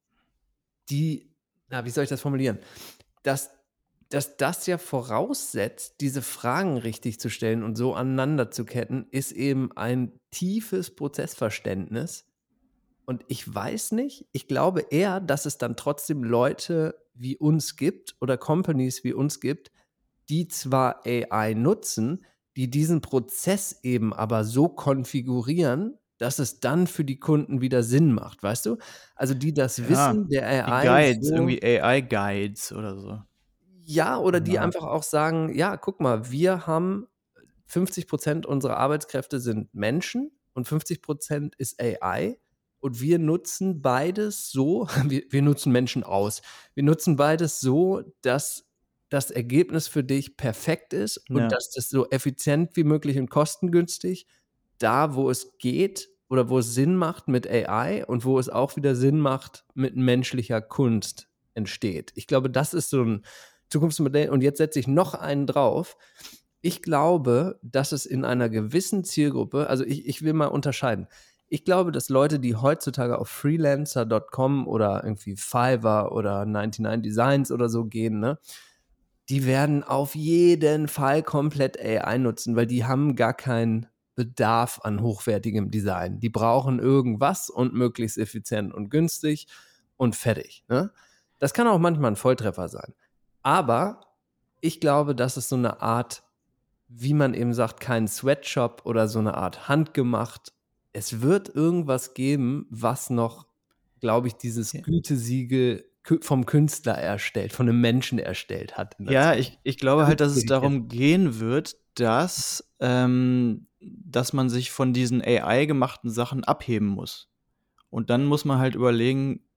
die, na, wie soll ich das formulieren? Dass, dass das ja voraussetzt, diese Fragen richtig zu stellen und so aneinander zu ketten, ist eben ein tiefes Prozessverständnis. Und ich weiß nicht, ich glaube eher, dass es dann trotzdem Leute wie uns gibt oder Companies wie uns gibt, die zwar A I nutzen, die diesen Prozess eben aber so konfigurieren, dass es dann für die Kunden wieder Sinn macht, weißt du? Also, die das
Ja.
Wissen der
Die
A I
Guides,
so,
irgendwie A I-Guides oder so.
ja, oder die
Ja.
einfach auch sagen: „Ja, guck mal, wir haben fünfzig Prozent unserer Arbeitskräfte sind Menschen und fünfzig Prozent ist A I und wir nutzen beides so“, wir wir nutzen Menschen aus. Wir nutzen beides so, dass das Ergebnis für dich perfekt ist und
Ja.
dass das so effizient wie möglich und kostengünstig, da, wo es geht oder wo es Sinn macht mit A I und wo es auch wieder Sinn macht mit menschlicher Kunst entsteht. Ich glaube, das ist so 'n Zukunftsmodell und jetzt setze ich noch einen drauf. Ich glaube, dass es in einer gewissen Zielgruppe, also ich ich will mal unterscheiden. Ich glaube, dass Leute, die heutzutage auf freelancer Punkt com oder irgendwie Fiverr oder neunundneunzig Designs oder so gehen, ne, die werden auf jeden Fall komplett A I nutzen, weil die haben gar keinen Bedarf an hochwertigem Design. Die brauchen irgendwas und möglichst effizient und günstig und fertig, ne? Das kann auch manchmal ein Volltreffer sein. Aber ich glaube, dass es so eine Art, wie man eben sagt, kein Sweatshop oder so eine Art handgemacht. Es wird irgendwas geben, was noch, glaube ich, dieses
Ja.
Gütesiegel kü vom Künstler erstellt, von 'nem Menschen erstellt hat in der
Ja,
Zukunft.
ich, ich glaube
Da bin
halt, dass
ich mir
es
nicht sicher.
darum gehen wird, dass, ähm, dass man sich von diesen A I-gemachten Sachen abheben muss. Und dann muss man halt überlegen,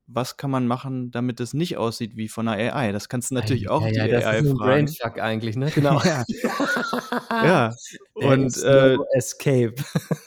was kann man machen, damit es nicht aussieht wie von einer A I? Das kannst du natürlich auch
ja,
die
ja, das
A I
ist ein
fragen.
Brainfuck eigentlich, ne? Genau.
Ja. Ja,
There
und
is
äh,
no escape.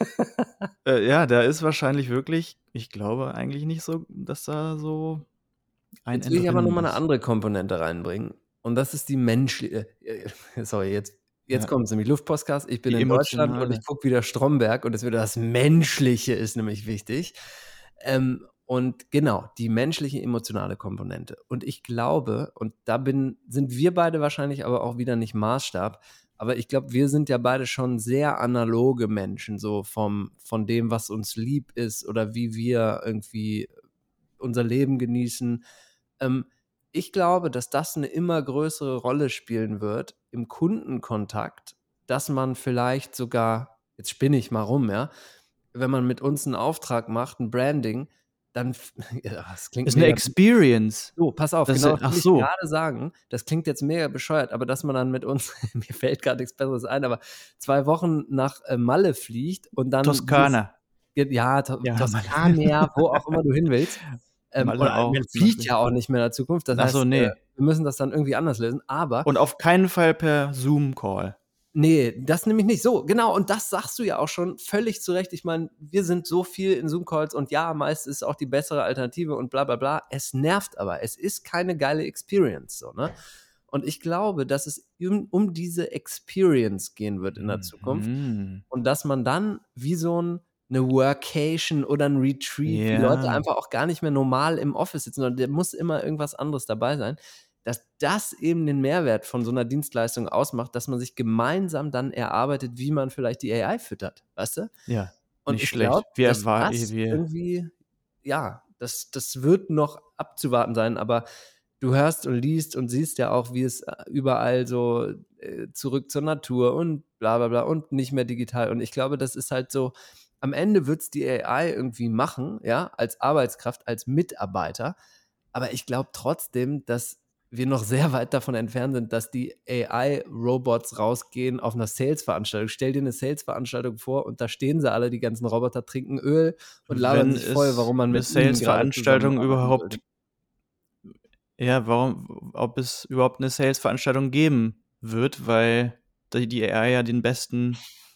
äh, ja, da ist wahrscheinlich wirklich, ich glaube eigentlich nicht so, dass da so ein
Jetzt will ich aber
Entrinnen
noch mal eine
ist.
andere Komponente reinbringen. Und das ist die menschliche. Äh, sorry, jetzt, jetzt
Ja.
kommt es nämlich Luftpostcast. Ich bin
Die
in Deutschland und
emotionale.
ich gucke wieder Stromberg und es wird das Menschliche ist nämlich wichtig. Ähm, und genau, die menschliche emotionale Komponente. Und ich glaube, und da bin, sind wir beide wahrscheinlich aber auch wieder nicht Maßstab, aber ich glaube, wir sind ja beide schon sehr analoge Menschen, so vom, von dem, was uns lieb ist oder wie wir irgendwie unser Leben genießen. Ähm, ich glaube, dass das eine immer größere Rolle spielen wird im Kundenkontakt, dass man vielleicht sogar, jetzt spinne ich mal rum, ja, wenn man mit uns einen Auftrag macht, ein Branding, dann, f- ja, das klingt
Ist eine
mega.
Experience.
So, pass auf,
Das
genau
ist,
das
ach
will ich
so,
gerade sagen. Das klingt jetzt mega bescheuert, aber dass man dann mit uns, mir fällt gerade nichts Besseres ein, aber zwei Wochen nach äh, Malle fliegt und dann
Toskana.
dieses- ja, to
Ja,
Toskana, wo auch immer du hin willst. Ähm,
Malle
oder
auch,
man
zum
fliegt
Beispiel.
ja auch nicht mehr in der Zukunft. Das
Ach
heißt,
so, nee.
äh, wir müssen das dann irgendwie anders lösen. Aber
Und auf keinen Fall per Zoom-Call.
nee, das nämlich nicht. So, genau. Und das sagst du ja auch schon völlig zu Recht. Ich meine, wir sind so viel in Zoom-Calls und ja, meist ist auch die bessere Alternative und bla bla bla. Es nervt aber. Es ist keine geile Experience. So, ne? Und ich glaube, dass es um, um diese Experience gehen wird in der Zukunft.
Mhm.
Und dass man dann wie so ein, eine Workation oder ein Retreat, wie
Ja.
Leute einfach auch gar nicht mehr normal im Office sitzen, sondern da muss immer irgendwas anderes dabei sein, dass das eben den Mehrwert von so einer Dienstleistung ausmacht, dass man sich gemeinsam dann erarbeitet, wie man vielleicht die A I füttert, weißt du?
Ja,
Und
nicht
ich
schlecht.
glaube,
Wir
dass
war-
das
wir-
irgendwie, ja, das, das wird noch abzuwarten sein, aber du hörst und liest und siehst ja auch, wie es äh, überall so äh, zurück zur Natur und bla bla bla und nicht mehr digital. Und ich glaube, das ist halt so, am Ende wird es die A I irgendwie machen, ja, als Arbeitskraft, als Mitarbeiter. Aber ich glaube trotzdem, dass wir noch sehr weit davon entfernt sind, dass die A I-Robots rausgehen auf einer Sales-Veranstaltung. Stell dir eine Sales-Veranstaltung vor und da stehen sie alle, die ganzen Roboter trinken Öl und labern
Wenn
sich voll,
es
warum man
eine
mit ihnen gerade
Sales-Veranstaltung
zusammenarbeiten
überhaupt,
sollte.
ja, warum, ob es überhaupt eine Sales-Veranstaltung geben wird, weil die, die A I ja den besten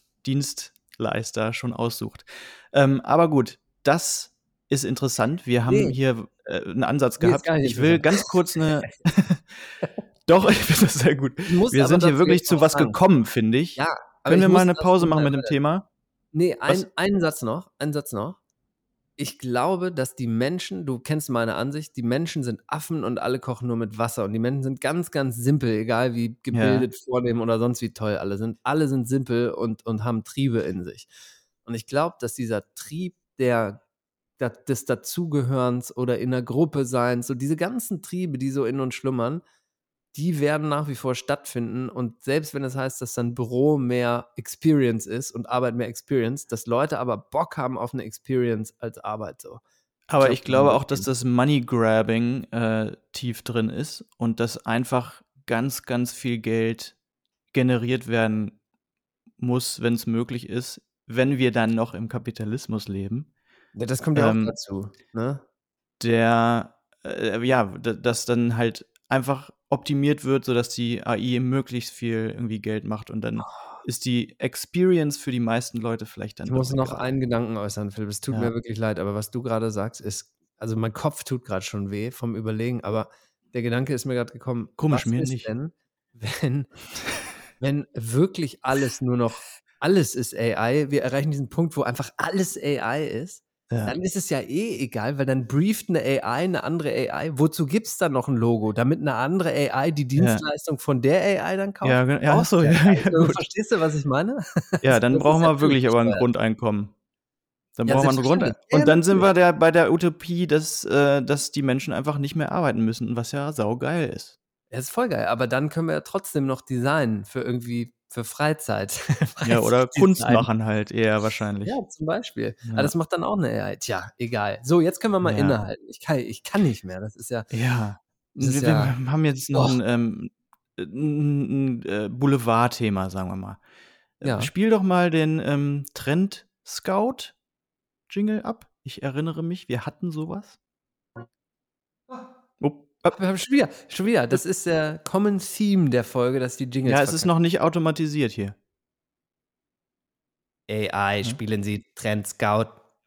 Dienstleister schon aussucht. Ähm, aber gut, das ist interessant. Wir haben
Nee.
hier äh, einen Ansatz
Nee, ist
gehabt.
gar nicht
Ich will
interessant.
ganz kurz eine. Doch, ich finde das sehr gut.
Ich muss
Wir
aber
sind hier
dazu
wirklich
jetzt
zu
noch
was
sagen.
gekommen, finde ich.
Ja, aber
Können
ich
wir
muss
mal eine
dazu
Pause
noch
machen
mal
mit dem
weiter-
Thema?
Nee, ein,
Was?
einen Satz noch, einen Satz noch. Ich glaube, dass die Menschen, du kennst meine Ansicht, die Menschen sind Affen und alle kochen nur mit Wasser. Und die Menschen sind ganz, ganz simpel, egal wie gebildet, vornehm oder sonst wie toll alle sind. Alle sind simpel und, und haben Triebe in sich. Und ich glaube, dass dieser Trieb der, der, des Dazugehörens oder in einer Gruppe seins, so diese ganzen Triebe, die so in uns schlummern, die werden nach wie vor stattfinden. Und selbst wenn es heißt, dass dann Büro mehr Experience ist und Arbeit mehr Experience, dass Leute aber Bock haben auf eine Experience als Arbeit so.
Aber
glaub,
ich glaube
darum
auch, dass
wird's
das Money-Grabbing äh, tief drin ist und dass einfach ganz, ganz viel Geld generiert werden muss, wenn es möglich ist, wenn wir dann noch im Kapitalismus leben,
Ja, das kommt ja
ähm,
auch dazu. Ne?
der, äh, ja, d- dass dann halt einfach optimiert wird, sodass die A I möglichst viel irgendwie Geld macht und dann ist die Experience für die meisten Leute vielleicht dann
Ich
doch
muss noch
egal.
einen Gedanken äußern, Philipp. Es tut
Ja.
mir wirklich leid, aber was du gerade sagst, ist, also mein Kopf tut gerade schon weh vom Überlegen, aber der Gedanke ist mir gerade gekommen.
Komisch,
was
mir
ist
nicht.
denn, wenn, wenn wirklich alles nur noch, alles ist A I, wir erreichen diesen Punkt, wo einfach alles A I ist,
Ja.
dann ist es ja eh egal, weil dann brieft eine A I eine andere A I. Wozu gibt es dann noch ein Logo? Damit eine andere A I die Dienstleistung von der A I dann kauft?
Ja, ge- ja, ach so,
Braucht's
ja,
ja.
ja,
Also,
gut.
verstehst du, was ich meine?
Ja, dann
Das ist
brauchen
ja
wir wirklich aber ein
bescheuert.
Grundeinkommen. Dann
Ja,
brauchen wir ein Grundeinkommen.
selbstverständlich. Ja,
Und dann sind wir
natürlich.
der, bei der Utopie, dass, äh, dass die Menschen einfach nicht mehr arbeiten müssen, was ja saugeil ist.
Ja, ist voll geil, aber dann können wir ja trotzdem noch designen für irgendwie, für Freizeit.
Ja, oder
Freizeitdesign.
Kunst machen halt eher wahrscheinlich.
Ja, zum Beispiel.
Ja.
Aber das macht dann auch eine A I. Tja, egal. So, jetzt können wir mal
Ja.
innehalten. Ich kann, ich kann nicht mehr. Das ist ja,
Ja.
das ist
Wir,
ja,
wir haben jetzt noch
Och.
ein, ähm, ein, ein äh, Boulevardthema, sagen wir mal. Äh,
Ja.
Spiel doch mal den ähm, Trend Scout Jingle ab. Ich erinnere mich, wir hatten sowas. Upp, upp.
Wir haben schon wieder, schon wieder. Das ist der Common Theme der Folge, dass die Jingles
Ja, es ist noch nicht automatisiert hier.
A I, spielen Sie Trend Scout.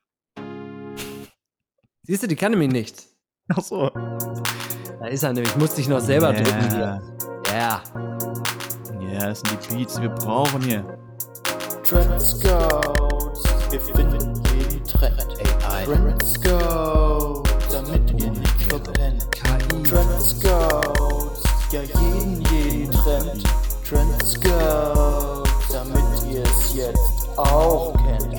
Siehst du, die kann nämlich nicht.
Ach so.
Da ist er nämlich. Musste ich noch selber
Ja.
drücken hier. Ja.
Ja, das sind die Beats, die wir brauchen hier.
Trend Scouts, wir finden jeden Trend.
A I.
Trend Scouts, damit ihr nicht verpennt.
K I.
Trend Scouts, ja jeden, jeden Trend. Trend Scouts, damit ihr es jetzt auch kennt.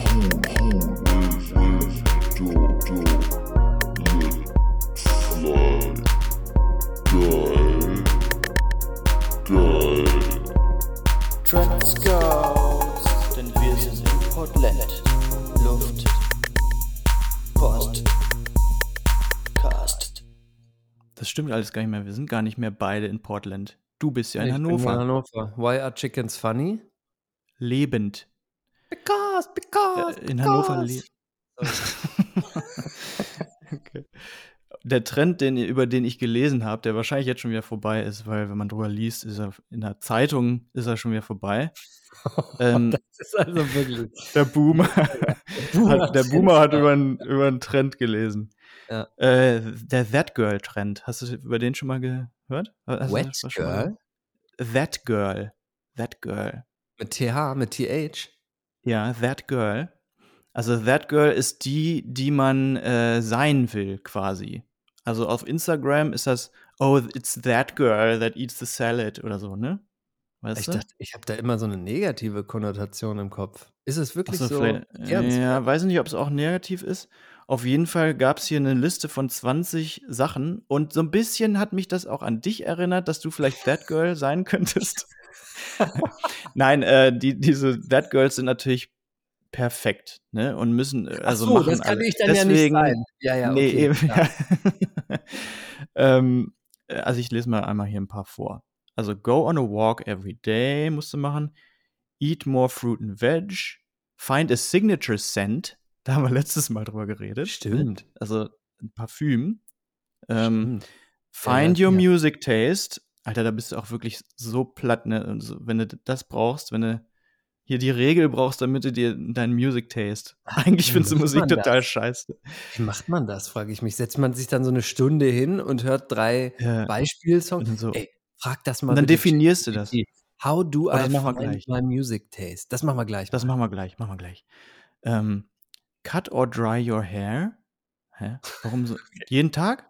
Trend Scouts, denn wir sind in Portland. Luft, Post, Cast.
Das stimmt alles gar nicht mehr. Wir sind gar nicht mehr beide in Portland. Du bist ja in
Ich bin
Hannover.
in Hannover. Why are chickens funny?
Lebend.
Because, because,
Äh, in Hannover lebt. Okay. Der Trend, den, über den ich gelesen habe, der wahrscheinlich jetzt schon wieder vorbei ist, weil wenn man drüber liest, ist er in der Zeitung ist er schon wieder vorbei. ähm,
Das ist also wirklich.
der Boomer,
Boomer
hat, der Boomer hat über einen, über einen Trend gelesen.
Ja.
Äh, der That Girl Trend. Hast du über den schon mal gehört? Hast du
Wet
das schon mal
Girl?
gehört? That Girl. That Girl.
Mit T H, mit T H?
Ja, That Girl. Also That Girl ist die, die man äh, sein will, quasi. Also auf Instagram ist das, oh, it's that girl that eats the salad oder so, ne? Weißt
Ich
du?
dachte, ich habe da immer so eine negative Konnotation im Kopf. Ist es wirklich
Ach so,
so?
vielleicht-
ernst?
ja, weiß nicht, ob es auch negativ ist. Auf jeden Fall gab es hier eine Liste von zwanzig Sachen und so ein bisschen hat mich das auch an dich erinnert, dass du vielleicht That Girl sein könntest. Nein, äh, die, diese That Girls sind natürlich perfekt, ne? Und müssen, äh,
Ach
also
so,
machen
das kann
alle.
ich dann
Deswegen,
ja nicht sein. Ja, ja,
nee,
okay.
eben,
klar.
ja. ähm, äh, also ich lese mal einmal hier ein paar vor. Also go on a walk every day musst du machen. Eat more fruit and veg. Find a signature scent. Da haben wir letztes Mal drüber geredet.
Stimmt.
Ne? Also ein Parfüm. Ähm,
Stimmt.
find
Ja,
your
ja.
music taste. Alter, da bist du auch wirklich so platt, ne? Also, wenn du das brauchst, wenn du hier die Regel brauchst, damit du dir deinen Music Taste. Eigentlich
wie
findest du
macht
Musik
man
total
das?
scheiße.
Wie macht man das, frage ich mich. Setzt man sich dann so eine Stunde hin und hört drei
Ja.
Beispielsongs?
Und so.
Ey, frag das mal
Und dann
bitte
definierst du das.
ChatGPT. How do
Oh, das
I
machen wir
find
gleich.
my music taste? Das machen wir gleich
Das
mal.
machen wir gleich, machen wir gleich. Ähm, cut or dry your hair? Hä? Warum so? Jeden Tag?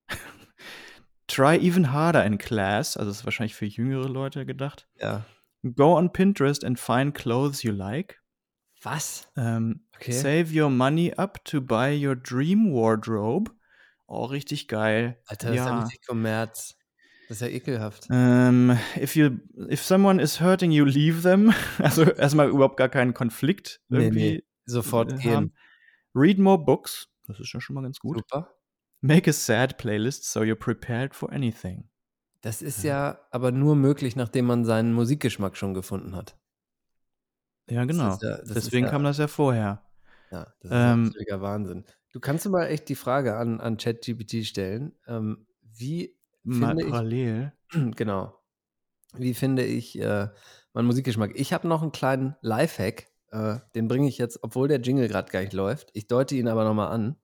Try even harder in class. Also das ist wahrscheinlich für jüngere Leute gedacht.
Ja.
Go on Pinterest and find clothes you like.
Was?
Ähm,
Okay.
Save your money up to buy your dream wardrobe. Oh, richtig geil.
Alter, das ist ja
ja.
richtig Kommerz. Das ist ja ekelhaft.
Ähm, if you, if someone is hurting you, leave them. Also erstmal überhaupt gar keinen Konflikt
Nee,
irgendwie
nee. Sofort
äh,
gehen.
haben. Read more books. Das ist ja schon mal ganz gut.
Super.
Make a sad playlist so you're prepared for anything.
Das ist ja aber nur möglich, nachdem man seinen Musikgeschmack schon gefunden hat.
Ja,
Das
genau.
ist ja, das
Deswegen
ist ja,
kam das ja vorher.
ja, das ist ja
Ähm,
absoluter Wahnsinn. Du kannst du mal echt die Frage an, an ChatGPT stellen. Ähm, wie
mal
finde ich,
parallel.
genau, wie finde ich äh, meinen Musikgeschmack? Ich habe noch einen kleinen Lifehack, äh, den bringe ich jetzt, obwohl der Jingle gerade gar nicht läuft. Ich deute ihn aber nochmal an.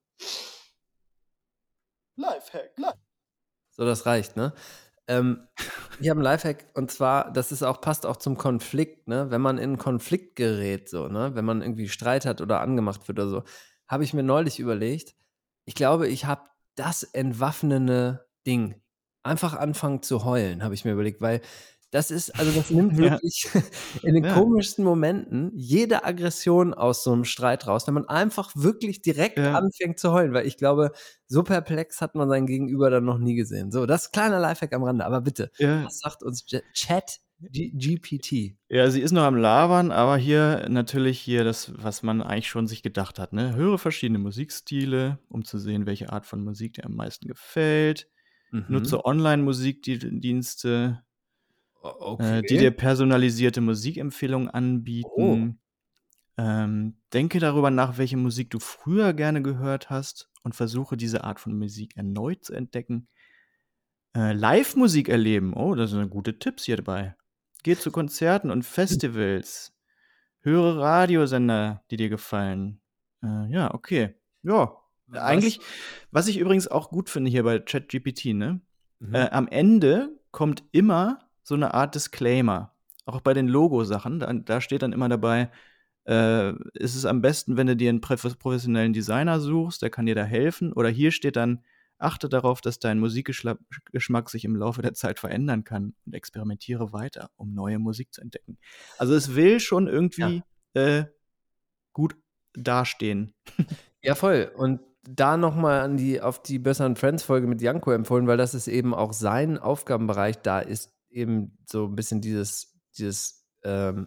Lifehack, Lifehack.
So, das reicht, ne? Ähm, ich habe einen Lifehack und zwar, das ist auch, passt auch zum Konflikt, ne? Wenn man in einen Konflikt gerät, so, ne? Wenn man irgendwie Streit hat oder angemacht wird oder so, habe ich mir neulich überlegt, ich glaube, ich habe das entwaffnende Ding. Einfach anfangen zu heulen, habe ich mir überlegt, weil das ist, also das nimmt
Ja.
wirklich in den
Ja.
komischsten Momenten jede Aggression aus so einem Streit raus, wenn man einfach wirklich direkt
Ja.
anfängt zu heulen, weil ich glaube, so perplex hat man sein Gegenüber dann noch nie gesehen. So, das ist kleiner Lifehack am Rande, aber bitte,
Ja.
was sagt uns J- Chat G- GPT?
Ja, sie ist noch am Labern, aber hier natürlich hier das, was man eigentlich schon sich gedacht hat, ne? Höre verschiedene Musikstile, um zu sehen, welche Art von Musik dir am meisten gefällt.
Mhm.
Nutze Online-Musikdienste,
O-
äh, die
Okay.
dir personalisierte Musikempfehlungen anbieten. Ähm, denke darüber nach, welche Musik du früher gerne gehört hast und versuche diese Art von Musik erneut zu entdecken. Äh, Live-Musik erleben. Oh, das sind gute Tipps hier dabei. Geh zu Konzerten und Festivals. Höre Radiosender, die dir gefallen. Äh, ja, okay. Ja,
Was?
eigentlich, was ich übrigens auch gut finde hier bei ChatGPT, ne?
Mhm.
Äh, am Ende kommt immer so eine Art Disclaimer. Auch bei den Logo-Sachen. Da, da steht dann immer dabei, äh, ist es am besten, wenn du dir einen pref- professionellen Designer suchst, der kann dir da helfen. Oder hier steht dann, achte darauf, dass dein Musikgeschmack sich im Laufe der Zeit verändern kann und experimentiere weiter, um neue Musik zu entdecken. Also es will schon irgendwie äh, gut dastehen.
Ja, voll. Und da nochmal an die, auf die besseren Friends-Folge mit Janko empfohlen, weil das ist eben auch sein Aufgabenbereich. Da ist eben so ein bisschen dieses, dieses, ähm,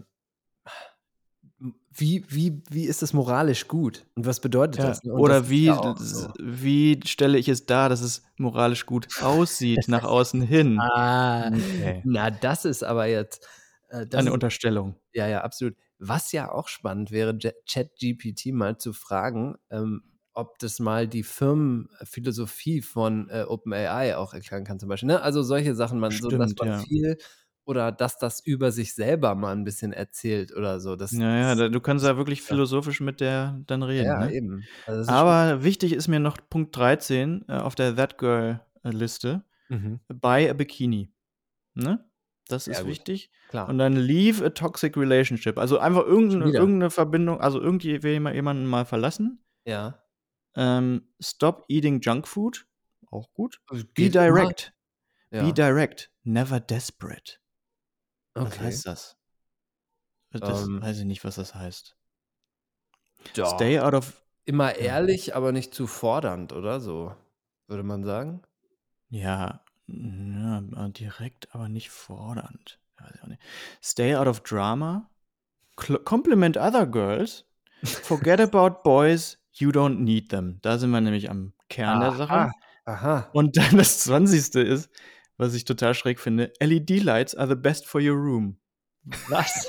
wie, wie, wie ist das moralisch gut? Und was bedeutet
Ja,
das? Ne? Und
oder
das ist
wie,
ja auch so.
wie stelle ich es dar, dass es moralisch gut aussieht nach außen hin?
Ah,
Okay.
na, das ist aber jetzt, äh, das
Eine
ist,
Unterstellung.
ja, ja, absolut. Was ja auch spannend wäre, J- ChatGPT mal zu fragen, ähm, ob das mal die Firmenphilosophie von äh, OpenAI auch erklären kann, zum Beispiel. Ne? Also solche Sachen, man, so, dass
Stimmt,
man
ja.
viel oder dass das über sich selber mal ein bisschen erzählt oder so. Das,
Naja,
das,
da, du kannst ja wirklich
ja,
philosophisch mit der dann reden,
ja,
ne?
eben. Also das ist schon,
Aber wichtig ist mir noch Punkt dreizehn äh, auf der That Girl-Liste.
mhm,
Buy a Bikini. Ne? Das
sehr
ist
gut,
wichtig.
klar.
Und dann leave a toxic relationship. Also einfach
Schon
irgendeine,
wieder.
irgendeine Verbindung, also irgendjemanden mal verlassen.
Ja.
Ähm, stop eating junk food. Auch gut. Be
Geht immer.
direct. Be
Ja.
direct. Never desperate. Was
Okay.
heißt das? Das
Ähm,
weiß ich nicht, was das heißt.
ja.
Stay out of.
Immer
Ja.
ehrlich, aber nicht zu fordernd, oder so, würde man sagen.
Ja, ja, direkt, aber nicht fordernd. Weiß ich auch nicht. Stay out of drama. Cl- compliment other girls. Forget about boys. You don't need them. Da sind wir nämlich am Kern der Sache.
Aha, aha.
Und dann das zwanzigste ist, was ich total schräg finde: L E D-Lights are the best for your room.
Was?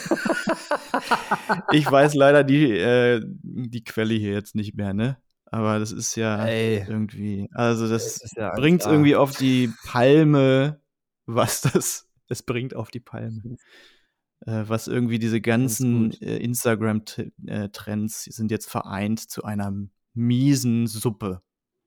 Ich weiß leider die, äh, die Quelle hier jetzt nicht mehr, ne? Aber das ist ja
Ey,
irgendwie, also
das
das
ist ja
bringt es
eins A.
irgendwie auf die Palme, was das, es bringt auf die Palme. Äh, was irgendwie diese ganzen
gut.
äh, Instagram-Trends sind jetzt vereint zu einer miesen Suppe.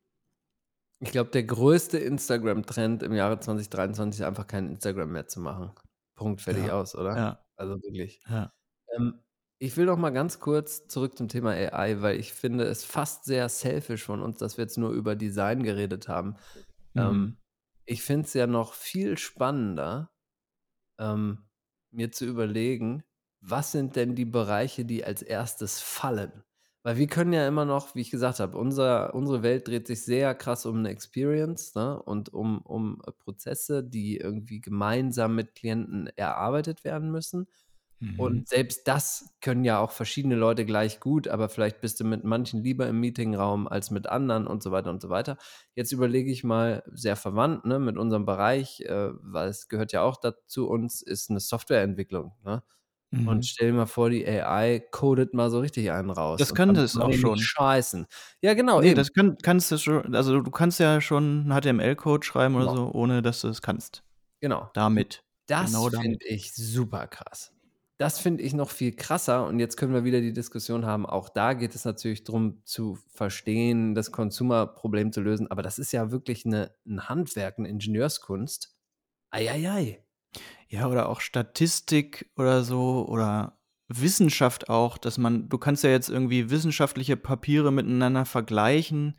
Ich glaube, der größte Instagram-Trend im Jahre zwanzig dreiundzwanzig ist einfach kein Instagram mehr zu machen. Punkt, fertig,
Ja,
aus, oder?
ja,
Also wirklich.
ja.
Ähm, ich will noch mal ganz kurz zurück zum Thema A I, weil ich finde es fast sehr selfish von uns, dass wir jetzt nur über Design geredet haben. Ähm,
Mhm.
ich finde es ja noch viel spannender, ähm, mir zu überlegen, was sind denn die Bereiche, die als erstes fallen? Weil wir können ja immer noch, wie ich gesagt habe, unser, unsere Welt dreht sich sehr krass um eine Experience, ne? Und um, um äh, Prozesse, die irgendwie gemeinsam mit Klienten erarbeitet werden müssen.
Mhm.
Und selbst das können ja auch verschiedene Leute gleich gut, aber vielleicht bist du mit manchen lieber im Meetingraum als mit anderen und so weiter und so weiter. Jetzt überlege ich mal, sehr verwandt, ne, mit unserem Bereich, äh, weil es gehört ja auch dazu uns, ist eine Softwareentwicklung. Ne?
Mhm.
Und stell dir mal vor, die A I codet mal so richtig einen raus.
Das
und
kann
damit
das
kann
auch
die nicht
schon.
scheißen. Ja, genau,
Nee,
eben.
das kann, kannst du schon, also du kannst ja schon einen H T M L-Code schreiben oder
Genau.
so, ohne dass du es kannst.
Genau.
Damit.
Das
Genau
finde
damit.
ich super krass. Das finde ich noch viel krasser. Und jetzt können wir wieder die Diskussion haben. Auch da geht es natürlich darum, zu verstehen, das Consumer-Problem zu lösen. Aber das ist ja wirklich eine, ein Handwerk, eine Ingenieurskunst. Eieiei.
Ja, oder auch Statistik oder so oder Wissenschaft auch, dass man, du kannst ja jetzt irgendwie wissenschaftliche Papiere miteinander vergleichen,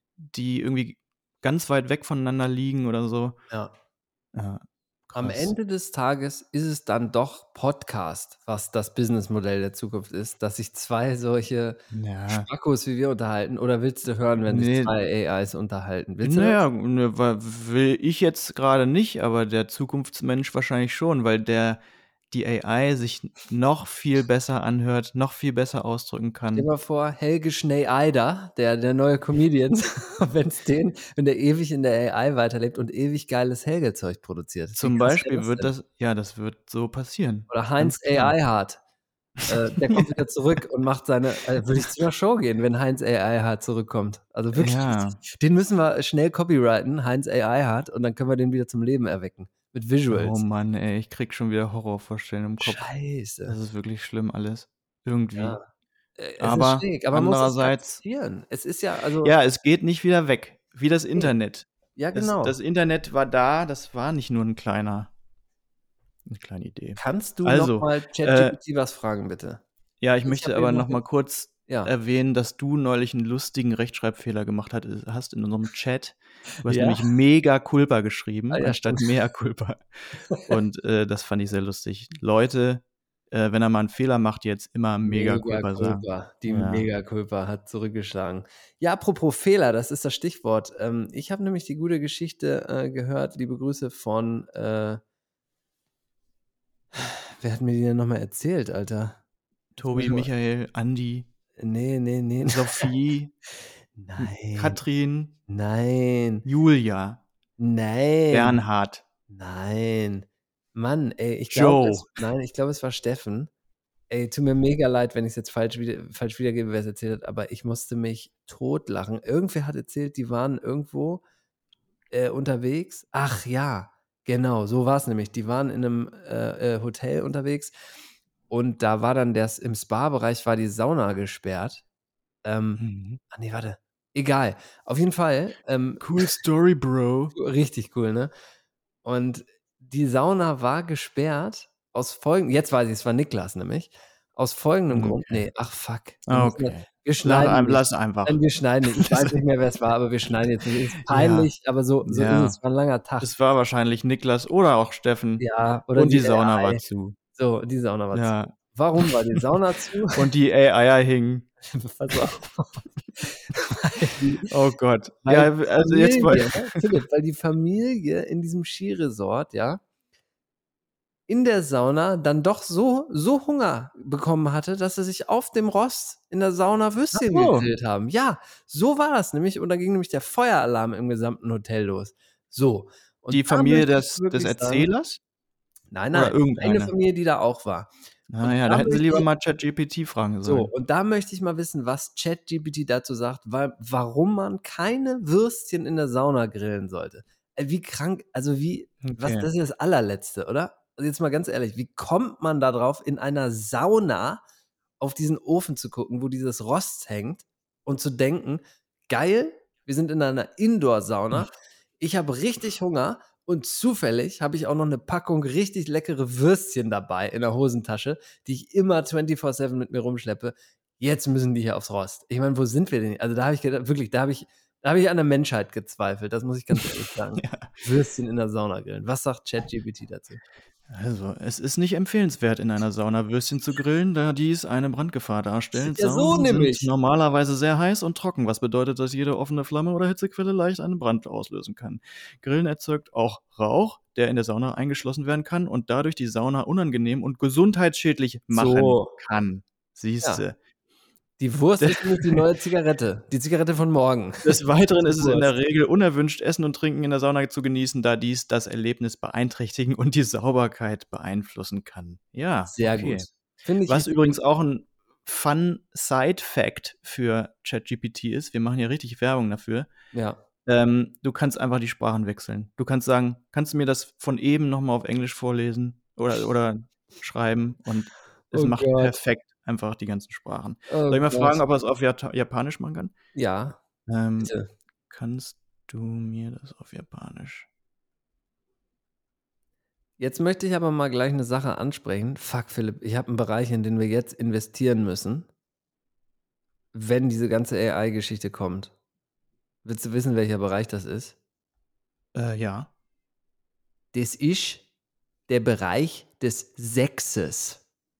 die irgendwie ganz weit weg voneinander liegen oder so.
Ja.
Ja,
Am
krass.
Ende des Tages ist es dann doch Podcast, was das Businessmodell der Zukunft ist, dass sich zwei solche
Ja.
Spackos wie wir unterhalten. Oder willst du hören, wenn sich
Nee.
zwei A Is unterhalten? Willst du
Naja, ne, wa- will ich jetzt gerade nicht, aber der Zukunftsmensch wahrscheinlich schon, weil der die A I sich noch viel besser anhört, noch viel besser ausdrücken
Stell dir
kann.
mal vor, Helge Schneider, der, der neue Comedian, wenn's den, wenn der ewig in der A I weiterlebt und ewig geiles Helge-Zeug produziert. Wie
Zum
krass
Beispiel
wäre das
wird
denn?
das, ja, das wird so passieren.
Oder
Ganz
Heinz
klar.
A I Hart. Äh, der kommt wieder zurück und macht seine, äh, würde ich zu einer Show gehen, wenn Heinz A I Hart zurückkommt. Also wirklich,
Ja.
den müssen wir schnell copyrighten, Heinz A I Hart, und dann können wir den wieder zum Leben erwecken. Mit
Oh
Visuals.
Mann, ey, ich krieg schon wieder Horrorvorstellungen im Kopf.
Scheiße.
Das ist wirklich schlimm alles. Irgendwie.
Ja. Äh, Es
Aber
ist schräg, aber man muss es
andererseits,
akzeptieren. Es ist ja, also,
ja, es geht nicht wieder weg. Wie das
nee.
Internet.
Ja,
Das,
genau.
das Internet war da, das war nicht nur ein kleiner, eine kleine Idee.
Kannst du
Also,
nochmal
äh,
ChatGPT was fragen, bitte?
ja, ich
Ich
möchte
hab
aber
eben noch
noch mal
den-
kurz
Ja.
erwähnen, dass du neulich einen lustigen Rechtschreibfehler gemacht hat, hast in unserem Chat. Du hast
Ja?
nämlich mega culpa geschrieben,
Ah, ja,
anstatt mea culpa. Und äh, das fand ich sehr lustig. Leute, äh, wenn er mal einen Fehler macht, jetzt immer mega culpa sagen.
Culpa. Die
Ja.
Mega Culpa hat zurückgeschlagen. Ja, apropos Fehler, das ist das Stichwort. Ähm, ich habe nämlich die gute Geschichte äh, gehört. Liebe Grüße von, äh, wer hat mir die denn nochmal erzählt, Alter?
Tobi,
Warte mal.
Michael, Andi,
Nee, nee, nee.
Sophie,
Nein.
Katrin,
Nein.
Julia,
Nein.
Bernhard,
Nein. Mann, ey, ich glaube,
Joe.
es, nein, ich glaube, es war Steffen. Ey, tut mir mega leid, wenn ich es jetzt falsch, wieder, falsch wiedergebe, wer es erzählt hat, aber ich musste mich totlachen. Irgendwer hat erzählt, die waren irgendwo äh, unterwegs. Ach ja, genau, so war es nämlich. Die waren in einem äh, äh, Hotel unterwegs und da war dann das, im Spa-Bereich war die Sauna gesperrt. Ähm,
Mhm.
ah nee, warte. Egal. Auf jeden Fall. Ähm,
Cool Story, Bro.
Richtig cool, ne? Und die Sauna war gesperrt aus folgendem, jetzt weiß ich, es war Niklas nämlich, aus folgendem
Okay.
Grund, nee, ach fuck. Wir, müssen,
Okay.
wir
Lass,
schneiden
ein,
nicht.
lass einfach.
Nein, wir schneiden nicht. Ich weiß nicht mehr, wer es war, aber wir schneiden jetzt nicht. Ist peinlich, aber so, so
Ja.
ist es. War ein langer Tag.
Es war wahrscheinlich Niklas oder auch Steffen.
Ja, oder
Und die,
die
Sauna
A I.
war zu.
So, die Sauna war zu.
Ja.
Warum war die Sauna zu?
Und die A I hing.
Pass auf. Weil die,
Oh Gott.
weil
Ja,
die
also jetzt
Familie,
mal.
ne, Philipp, weil die Familie in diesem Skiresort, ja, in der Sauna dann doch so, so Hunger bekommen hatte, dass sie sich auf dem Rost in der Sauna Würstchen
Ach so.
gegrillt haben. Ja, so war das nämlich. Und da ging nämlich der Feueralarm im gesamten Hotel los. So. Und
Die
da
Familie
möchte ich
des,
wirklich
des
sagen-
Erzählers?
Nein,
Oder
nein, eine
irgendeine?
Familie, die da auch war.
Naja,
da
da hätten sie
möchte
lieber
ich-
mal ChatGPT fragen
So,
sollen.
und da möchte ich mal wissen, was ChatGPT dazu sagt, weil, warum man keine Würstchen in der Sauna grillen sollte. Äh, Wie krank, also wie, was,
Okay.
das ist das allerletzte, oder? Also jetzt mal ganz ehrlich, wie kommt man da drauf, in einer Sauna auf diesen Ofen zu gucken, wo dieses Rost hängt und zu denken, geil, wir sind in einer Indoor-Sauna, ich habe richtig Hunger und zufällig habe ich auch noch eine Packung richtig leckere Würstchen dabei in der Hosentasche, die ich immer vierundzwanzig sieben mit mir rumschleppe. Jetzt müssen die hier aufs Rost. Ich meine, wo sind wir denn? Also da habe ich gedacht, wirklich, da habe ich, da habe ich an der Menschheit gezweifelt. Das muss ich ganz ehrlich sagen.
Ja.
Würstchen in der Sauna grillen. Was sagt ChatGPT dazu?
Also, es ist nicht empfehlenswert, in einer Sauna Würstchen zu grillen, da dies eine Brandgefahr darstellt.
Ja, so
Saunen
nämlich.
sind normalerweise sehr heiß und trocken, was bedeutet, dass jede offene Flamme oder Hitzequelle leicht einen Brand auslösen kann. Grillen erzeugt auch Rauch, der in der Sauna eingeschlossen werden kann und dadurch die Sauna unangenehm und gesundheitsschädlich machen
So.
kann. Siehste.
Die Wurst ist nämlich die neue Zigarette. Die Zigarette von morgen.
Des Weiteren ist es in der
Wurst.
Regel unerwünscht, Essen und Trinken in der Sauna zu genießen, da dies das Erlebnis beeinträchtigen und die Sauberkeit beeinflussen kann. Ja,
Sehr
okay.
gut. Finde ich
Was
richtig
übrigens
gut.
auch ein Fun-Side-Fact für ChatGPT ist, wir machen hier richtig Werbung dafür,
Ja.
ähm, du kannst einfach die Sprachen wechseln. Du kannst sagen, kannst du mir das von eben nochmal auf Englisch vorlesen oder, oder schreiben und es
Oh
macht
Gott.
perfekt einfach die ganzen Sprachen.
Oh
Soll ich mal
Gott.
fragen, ob er es auf Jata- Japanisch machen kann?
Ja,
Ähm,
bitte.
kannst du mir das auf Japanisch?
Jetzt möchte ich aber mal gleich eine Sache ansprechen. Fuck, Philipp, ich habe einen Bereich, in den wir jetzt investieren müssen, wenn diese ganze A I-Geschichte kommt. Willst du wissen, welcher Bereich das ist?
Äh, ja.
Das ist der Bereich des Sexes.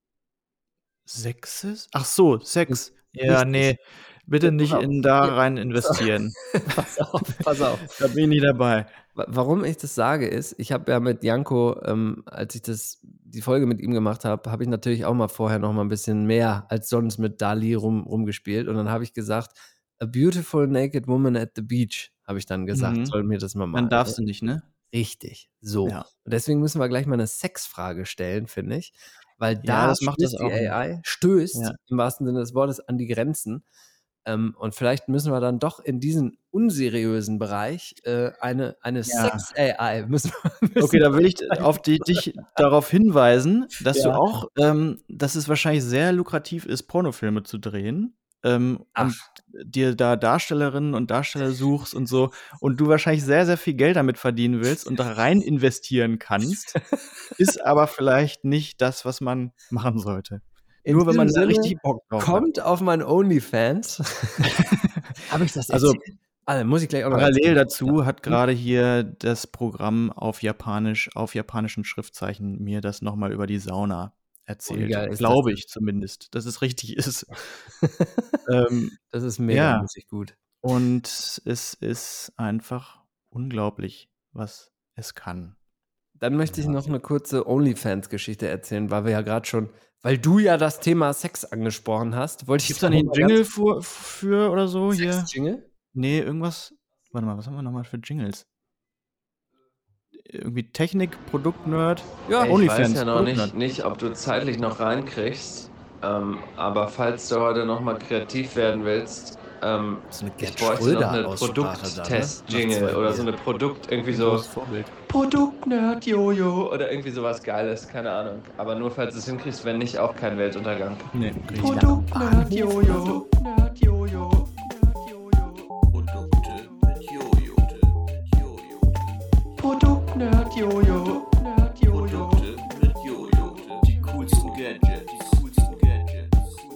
Sexes? Ach so, Sex. Ja,
Richtig.
nee. Bitte
Ja, pass
nicht
auf.
in da
Ja,
rein investieren.
Pass auf, pass auf.
Da bin ich nicht dabei.
Wa- Warum ich das sage, ist, ich habe ja mit Janko, ähm, als ich das, die Folge mit ihm gemacht habe, habe ich natürlich auch mal vorher noch mal ein bisschen mehr als sonst mit Dali rum, rumgespielt. Und dann habe ich gesagt, a beautiful naked woman at the beach, habe ich dann gesagt,
Mhm.
soll mir das mal
Dann
malen.
darfst
Ne?
du nicht, ne?
Richtig, so.
Ja.
Und deswegen müssen wir gleich mal eine Sexfrage stellen, finde ich. weil
Ja,
da
das macht das
stößt die
auch nicht.
A I, stößt
Ja.
im wahrsten Sinne des Wortes an die Grenzen. Ähm, und vielleicht müssen wir dann doch in diesen unseriösen Bereich äh, eine, eine
Ja.
Sex-A I müssen wir. Müssen
Okay, da will ich
wir
auf die, dich darauf hinweisen, dass
Ja.
du auch, ähm, dass es wahrscheinlich sehr lukrativ ist, Pornofilme zu drehen. Ähm,
Ach.
und dir da Darstellerinnen und Darsteller suchst und so und du wahrscheinlich sehr, sehr viel Geld damit verdienen willst und da rein investieren kannst, ist aber vielleicht nicht das, was man machen sollte.
In
Nur wenn man da
diesem Sinne,
richtig Bock drauf hat.
kommt auf mein OnlyFans. Habe ich das
Also,
erzählt? Also, muss ich gleich auch noch
Parallel
erzählen.
dazu
Ja.
hat gerade hier das Programm auf Japanisch, auf japanischen Schriftzeichen mir das nochmal über die Sauna erzählt.
geil ist das
Glaube
denn?
ich zumindest, dass es richtig ist. ähm,
Das ist mega
ja,
mäßig gut.
und es ist einfach unglaublich, was es kann.
Dann möchte ich
Ja.
noch eine kurze OnlyFans-Geschichte erzählen, weil wir ja gerade schon, weil du ja das Thema Sex angesprochen hast, wollte ich
Gibt's da nicht einen
mal
Jingle
ganz-
für, für oder so hier?
Sex-Jingle?
Nee, irgendwas. Warte mal, was haben wir nochmal für Jingles? Irgendwie Technik, Produkt-Nerd.
Ja,
Ich
OnlyFans,
weiß ja noch
Produkt-
nicht, nicht, ob du zeitlich noch reinkriegst, ähm, aber falls du heute noch mal kreativ werden willst, ähm,
so eine
ich
Gerd
bräuchte noch eine
Schröder-Aussprache da, ne?
Produkttest-Jingle
Nach zwei
oder so
Bier.
eine Produkt, irgendwie
Ein
so
großes Vorbild.
Produkt-Nerd-Jojo oder irgendwie sowas Geiles, keine Ahnung. Aber nur falls du es hinkriegst, wenn nicht, auch kein Weltuntergang.
Nee, krieg ich nicht.
Produkt-Nerd-Jojo, Nerd-Jojo, Nerd-Jojo.
Produkte mit Jojo.
Produkt-Nerd-Jojo, Nerd-Jojo.
Produkte mit Jojo. Die coolsten Gadgets. Die coolsten Gadgets.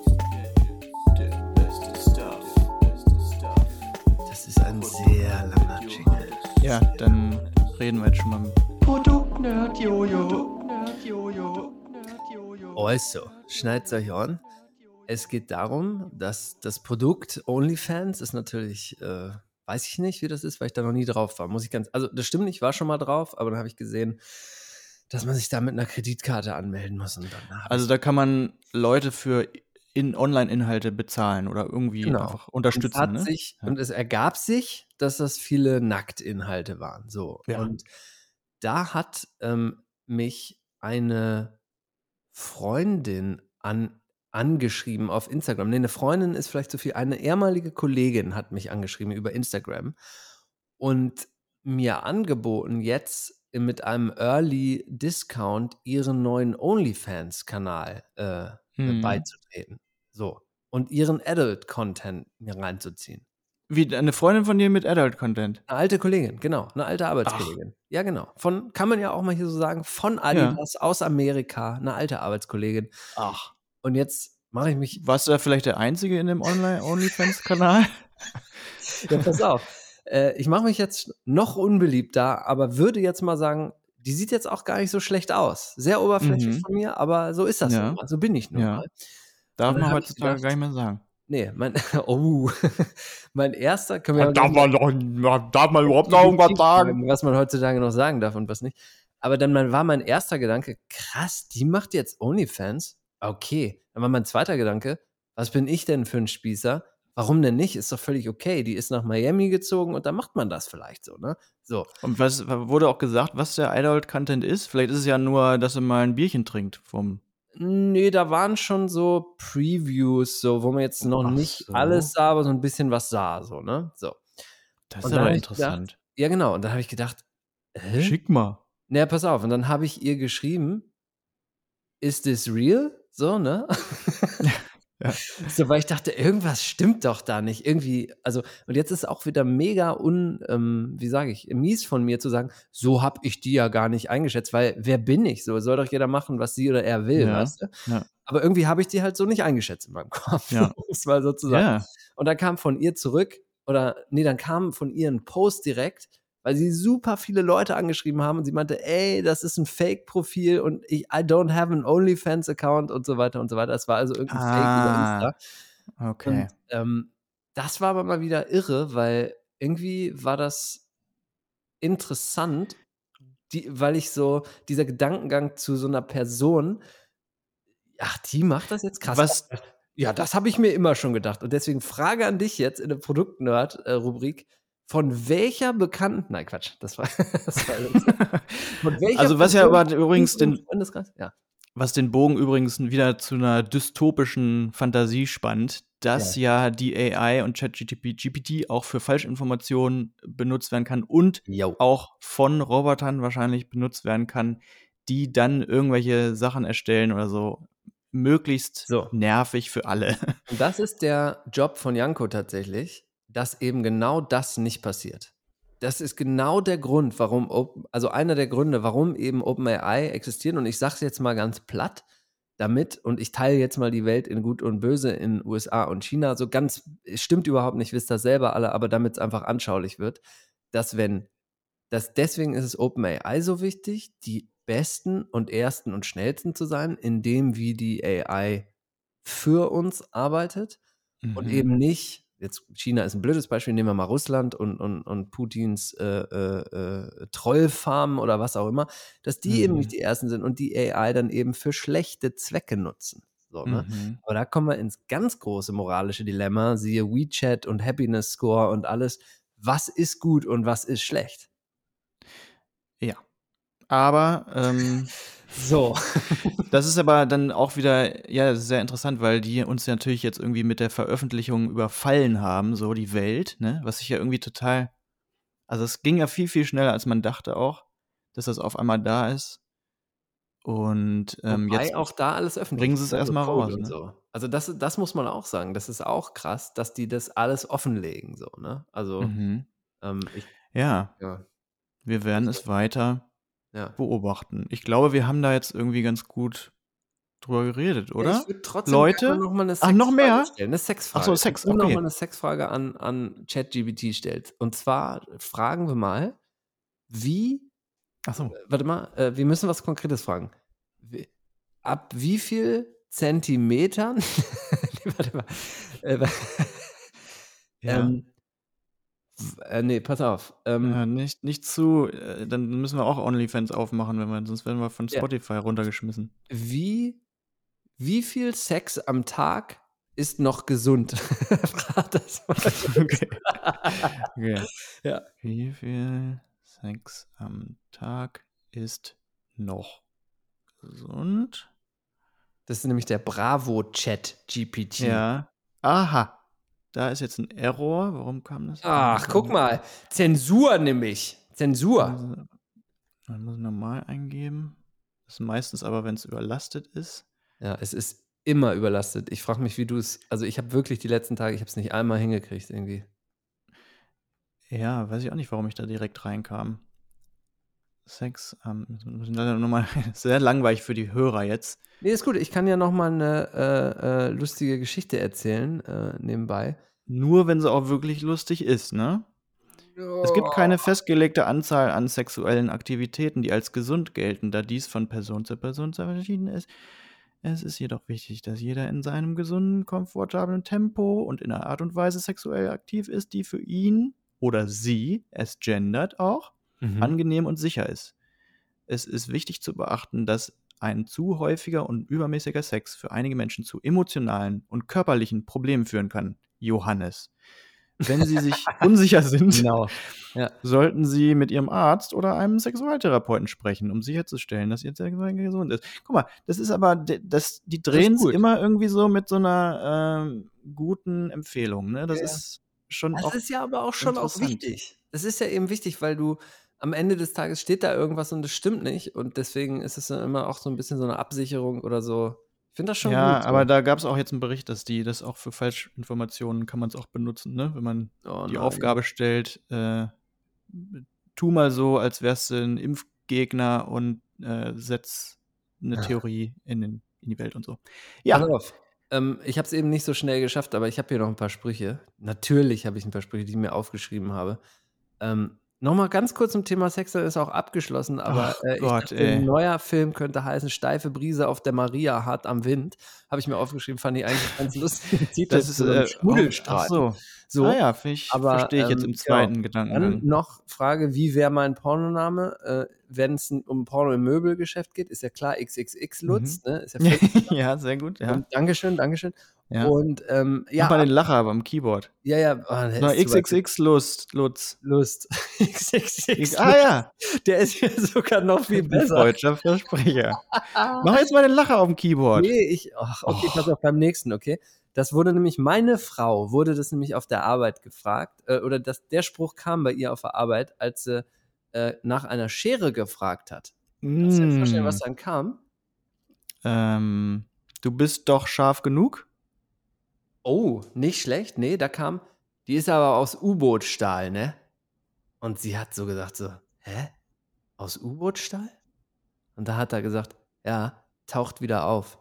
Der beste Stuff. Beste Stuff.
Das ist ein sehr langer Jingle.
Ja, dann reden wir jetzt schon mal.
Produkt-Nerd-Jojo, Nerd-Jojo, Nerd-Jojo.
Also, schneidet euch an. Es geht darum, dass das Produkt OnlyFans ist natürlich, äh, weiß ich nicht, wie das ist, weil ich da noch nie drauf war. Muss ich ganz, also das stimmt nicht, ich war schon mal drauf, aber dann habe ich gesehen, dass man sich da mit einer Kreditkarte anmelden muss. Und dann hab
Also
ich-
da kann man Leute für in Online-Inhalte bezahlen oder irgendwie
Genau.
einfach
und, es
unterstützen.
hat
Ne?
sich,
Ja.
und es ergab sich, dass das viele Nacktinhalte waren. So.
Ja.
Und da hat ähm, mich eine Freundin an, angeschrieben auf Instagram. Nee, eine Freundin ist vielleicht zu viel. Eine ehemalige Kollegin hat mich angeschrieben über Instagram und mir angeboten, jetzt mit einem Early Discount ihren neuen OnlyFans-Kanal äh,
Mhm.
beizutreten. So. Und ihren Adult-Content mir reinzuziehen.
Wie eine Freundin von dir mit Adult-Content.
Eine alte Kollegin, genau. Eine alte Arbeitskollegin. Ja, genau. Von, kann man ja auch mal hier so sagen, von Adidas aus Amerika, eine alte Arbeitskollegin.
Ach.
Und jetzt mache ich mich.
Warst du da vielleicht der Einzige in dem Online-OnlyFans-Kanal?
Ja, pass auf. Äh, ich mache mich jetzt noch unbeliebter, aber würde jetzt mal sagen, die sieht jetzt auch gar nicht so schlecht aus. Sehr oberflächlich
Mhm.
von mir, aber so ist das
Ja.
nun mal. So bin ich nun
Ja.
mal.
Darf
Und dann
man
hab ich
heutzutage
gedacht-
gar nicht mehr sagen.
Nee, mein, oh, mein erster, können wir
Darf man, doch, darf man überhaupt noch irgendwas sagen?
was man heutzutage noch sagen darf und was nicht. Aber dann mein, war mein erster Gedanke, krass, die macht jetzt OnlyFans? Okay. Dann war mein zweiter Gedanke, was bin ich denn für ein Spießer? Warum denn nicht? Ist doch völlig okay. Die ist nach Miami gezogen und dann macht man das vielleicht so, ne? So.
Und was wurde auch gesagt, was der Adult-Content ist? Vielleicht ist es ja nur, dass er mal ein Bierchen trinkt vom.
Nee, da waren schon so Previews, so, wo man jetzt noch
Ach
nicht
so.
alles sah, aber so ein bisschen was sah, so, ne? So.
Das
Und
ist
dann
aber
hab ich
interessant.
Ja, genau. Und dann habe ich gedacht, hä?
Schick mal.
Naja, pass auf. Und dann habe ich ihr geschrieben, is this real? So, ne?
Ja.
So, weil ich dachte, irgendwas stimmt doch da nicht. Irgendwie, also, und jetzt ist auch wieder mega un, ähm, wie sage ich, mies von mir zu sagen, so habe ich die ja gar nicht eingeschätzt, weil wer bin ich? So, soll doch jeder machen, was sie oder er will,
Ja.
weißt du?
Ja.
Aber irgendwie habe ich die halt so nicht eingeschätzt in meinem Kopf.
Ja.
Das war sozusagen.
Ja.
Und dann kam von ihr zurück, oder nee, dann kam von ihr ein Post direkt, weil sie super viele Leute angeschrieben haben und sie meinte, ey, das ist ein Fake-Profil und ich, I don't have an OnlyFans-Account und so weiter und so weiter. Das war also irgendein
Ah,
Fake über Insta.
Okay.
Und ähm, das war aber mal wieder irre, weil irgendwie war das interessant, die, weil ich so, dieser Gedankengang zu so einer Person, ach, die macht das jetzt krass.
Was-
Ja, das habe ich mir immer schon gedacht. Und deswegen Frage an dich jetzt in der Produkt-Nerd-Rubrik, von welcher bekannten, nein, Quatsch, das war, das war von welcher
Also was ja
Person
aber übrigens
im
den,
Freundeskreis? Ja.
Was den Bogen übrigens wieder zu einer dystopischen Fantasie spannt, dass ja, ja die A I und ChatGPT auch für Falschinformationen benutzt werden kann und
Jo.
auch von Robotern wahrscheinlich benutzt werden kann, die dann irgendwelche Sachen erstellen oder so. Möglichst
So.
nervig für alle.
Und das ist der Job von Janko tatsächlich, dass eben genau das nicht passiert. Das ist genau der Grund, warum, Open, also einer der Gründe, warum eben OpenAI existiert. Und ich sage es jetzt mal ganz platt, damit, und ich teile jetzt mal die Welt in Gut und Böse in U S A und China, so ganz, es stimmt überhaupt nicht, wisst das selber alle, aber damit es einfach anschaulich wird, dass wenn, dass deswegen ist es OpenAI so wichtig, die besten und ersten und schnellsten zu sein, indem wie die A I für uns arbeitet
Mhm.
und eben nicht, jetzt China ist ein blödes Beispiel, nehmen wir mal Russland und, und, und Putins äh, äh, äh, Trollfarmen oder was auch immer, dass die eben
Mhm.
nicht die Ersten sind und die A I dann eben für schlechte Zwecke nutzen. So, ne?
Mhm.
Aber da kommen wir ins ganz große moralische Dilemma, siehe WeChat und Happiness Score und alles. Was ist gut und was ist schlecht?
Ja. Aber ähm,
So.
das ist aber dann auch wieder, ja, sehr interessant, weil die uns ja natürlich jetzt irgendwie mit der Veröffentlichung überfallen haben, so die Welt, ne? Was ich ja irgendwie total, also es ging ja viel, viel schneller, als man dachte auch, dass das auf einmal da ist. Und ähm,
Wobei
jetzt
auch da alles öffentlich
bringen sie es
ist, ne?
erstmal
So Code
raus,
und
ne?
so. Also das, das muss man auch sagen. Das ist auch krass, dass die das alles offenlegen, so, ne? Also,
Mhm.
ähm, ich,
Ja,
ja,
wir werden es weiter
ja.
beobachten. Ich glaube, wir haben da jetzt irgendwie ganz gut drüber geredet,
Ja,
oder?
ich würde trotzdem
Leute?
gerne noch mal eine
Ach, noch
Sexfrage
mehr?
stellen. Eine
Ach
Sexfrage.
so, Sex,
Dass du noch
okay.
mal eine Sexfrage an, an ChatGPT stellst. Und zwar fragen wir mal, wie,
Ach so.
warte mal, äh, wir müssen was Konkretes fragen. Wie, ab wie viel Zentimetern, nee, warte mal, äh,
Ja.
ähm, w- äh, nee, pass auf, ähm,
Ja, nicht, nicht zu, äh, dann müssen wir auch OnlyFans aufmachen, wenn wir, sonst werden wir von
Ja.
Spotify runtergeschmissen.
wie, wie viel Sex am Tag ist noch gesund? Frag das mal.
Okay. Okay.
Ja.
Wie viel Sex am Tag ist noch gesund?
Das ist nämlich der Bravo-Chat-G P T.
Ja. Aha. Da ist jetzt ein Error. Warum kam das?
Ach, guck mal. Zensur nämlich. Zensur.
Also, man muss normal eingeben. Das ist meistens aber, wenn es überlastet ist.
Ja, es ist immer überlastet. Ich frage mich, wie du es. Also, ich habe wirklich die letzten Tage, ich habe es nicht einmal hingekriegt irgendwie.
Ja, weiß ich auch nicht, warum ich da direkt reinkam. Sex, ähm, müssen wir leider nochmal, sehr langweilig für die Hörer jetzt.
Nee, ist gut. Ich kann ja noch mal eine äh, äh, lustige Geschichte erzählen äh, nebenbei.
Nur wenn sie auch wirklich lustig ist, ne? Es gibt keine festgelegte Anzahl an sexuellen Aktivitäten, die als gesund gelten, da dies von Person zu Person sehr verschieden ist. Es ist jedoch wichtig, dass jeder in seinem gesunden, komfortablen Tempo und in einer Art und Weise sexuell aktiv ist, die für ihn oder sie, es gendert auch,
Mhm.
angenehm und sicher ist. Es ist wichtig zu beachten, dass ein zu häufiger und übermäßiger Sex für einige Menschen zu emotionalen und körperlichen Problemen führen kann. Johannes. Wenn Sie sich unsicher sind,
Genau. Ja.
sollten Sie mit Ihrem Arzt oder einem Sexualtherapeuten sprechen, um sicherzustellen, dass Ihr Sexual gesund ist. Guck mal, das ist aber, de- das, die drehen es
gut.
immer irgendwie so mit so einer ähm, guten Empfehlung. Ne? Das
Ja.
ist schon
Das
auch
ist ja aber auch schon auch
interessant.
wichtig. Das ist ja eben wichtig, weil du am Ende des Tages steht da irgendwas und das stimmt nicht. Und deswegen ist es dann immer auch so ein bisschen so eine Absicherung oder so. Ich finde das schon
Ja,
gut. So.
aber da gab es auch jetzt einen Bericht, dass die das auch für Falschinformationen kann man es auch benutzen, ne? Wenn man
Oh
die
nein.
Aufgabe stellt, äh, tu mal so, als wärst du ein Impfgegner und äh, setz eine Theorie in, den, in die Welt und so. Ja,
Pass auf. Ähm, ich habe es eben nicht so schnell geschafft, aber ich habe hier noch ein paar Sprüche. Natürlich habe ich ein paar Sprüche, die ich mir aufgeschrieben habe. Ähm, Nochmal ganz kurz zum Thema Sex, dann ist auch abgeschlossen, aber
Ach
äh, ich
Gott,
dachte,
ey.
ein neuer Film könnte heißen Steife Brise auf der Maria, hart am Wind. Habe ich mir aufgeschrieben, fand ich eigentlich ganz lustig. Titel
Das ist
zu so einem
äh, oh, ach
Schmuddelstreifen.
so.
So,
ah ja, ich,
aber,
verstehe ich jetzt
ähm,
im zweiten
genau.
Gedankengang.
Dann noch Frage, wie wäre mein Pornoname, äh, wenn es um Porno im Möbelgeschäft geht? Ist ja klar, X X X Lutz,
Mhm.
ne? Ist ja völlig
Ja, sehr gut, ja.
Und Dankeschön, Dankeschön.
ja.
Und ähm, ja,
Mach mal
ab-
den Lacher beim Keyboard.
ja, ja, oh, der
Na,
ist zu weit
X X X Lust, Lutz.
Lust. X X X
Ah ja,
Der ist ja sogar noch viel
ein
besser.
deutscher Versprecher. Mach jetzt mal den Lacher auf dem Keyboard.
Nee, ich, ach, okay,
Oh.
pass auf, beim nächsten, okay? Das wurde nämlich, meine Frau wurde das nämlich auf der Arbeit gefragt, äh, oder das, der Spruch kam bei ihr auf der Arbeit, als sie äh, nach einer Schere gefragt hat. Kannst du dir vorstellen, was
Mm.
dann kam?
Ähm, du bist doch scharf genug?
Oh, nicht schlecht, nee, da kam, die ist aber aus U-Boot-Stahl, ne? Und sie hat so gesagt so, hä? Aus U-Boot-Stahl? Und da hat er gesagt, ja, taucht wieder auf.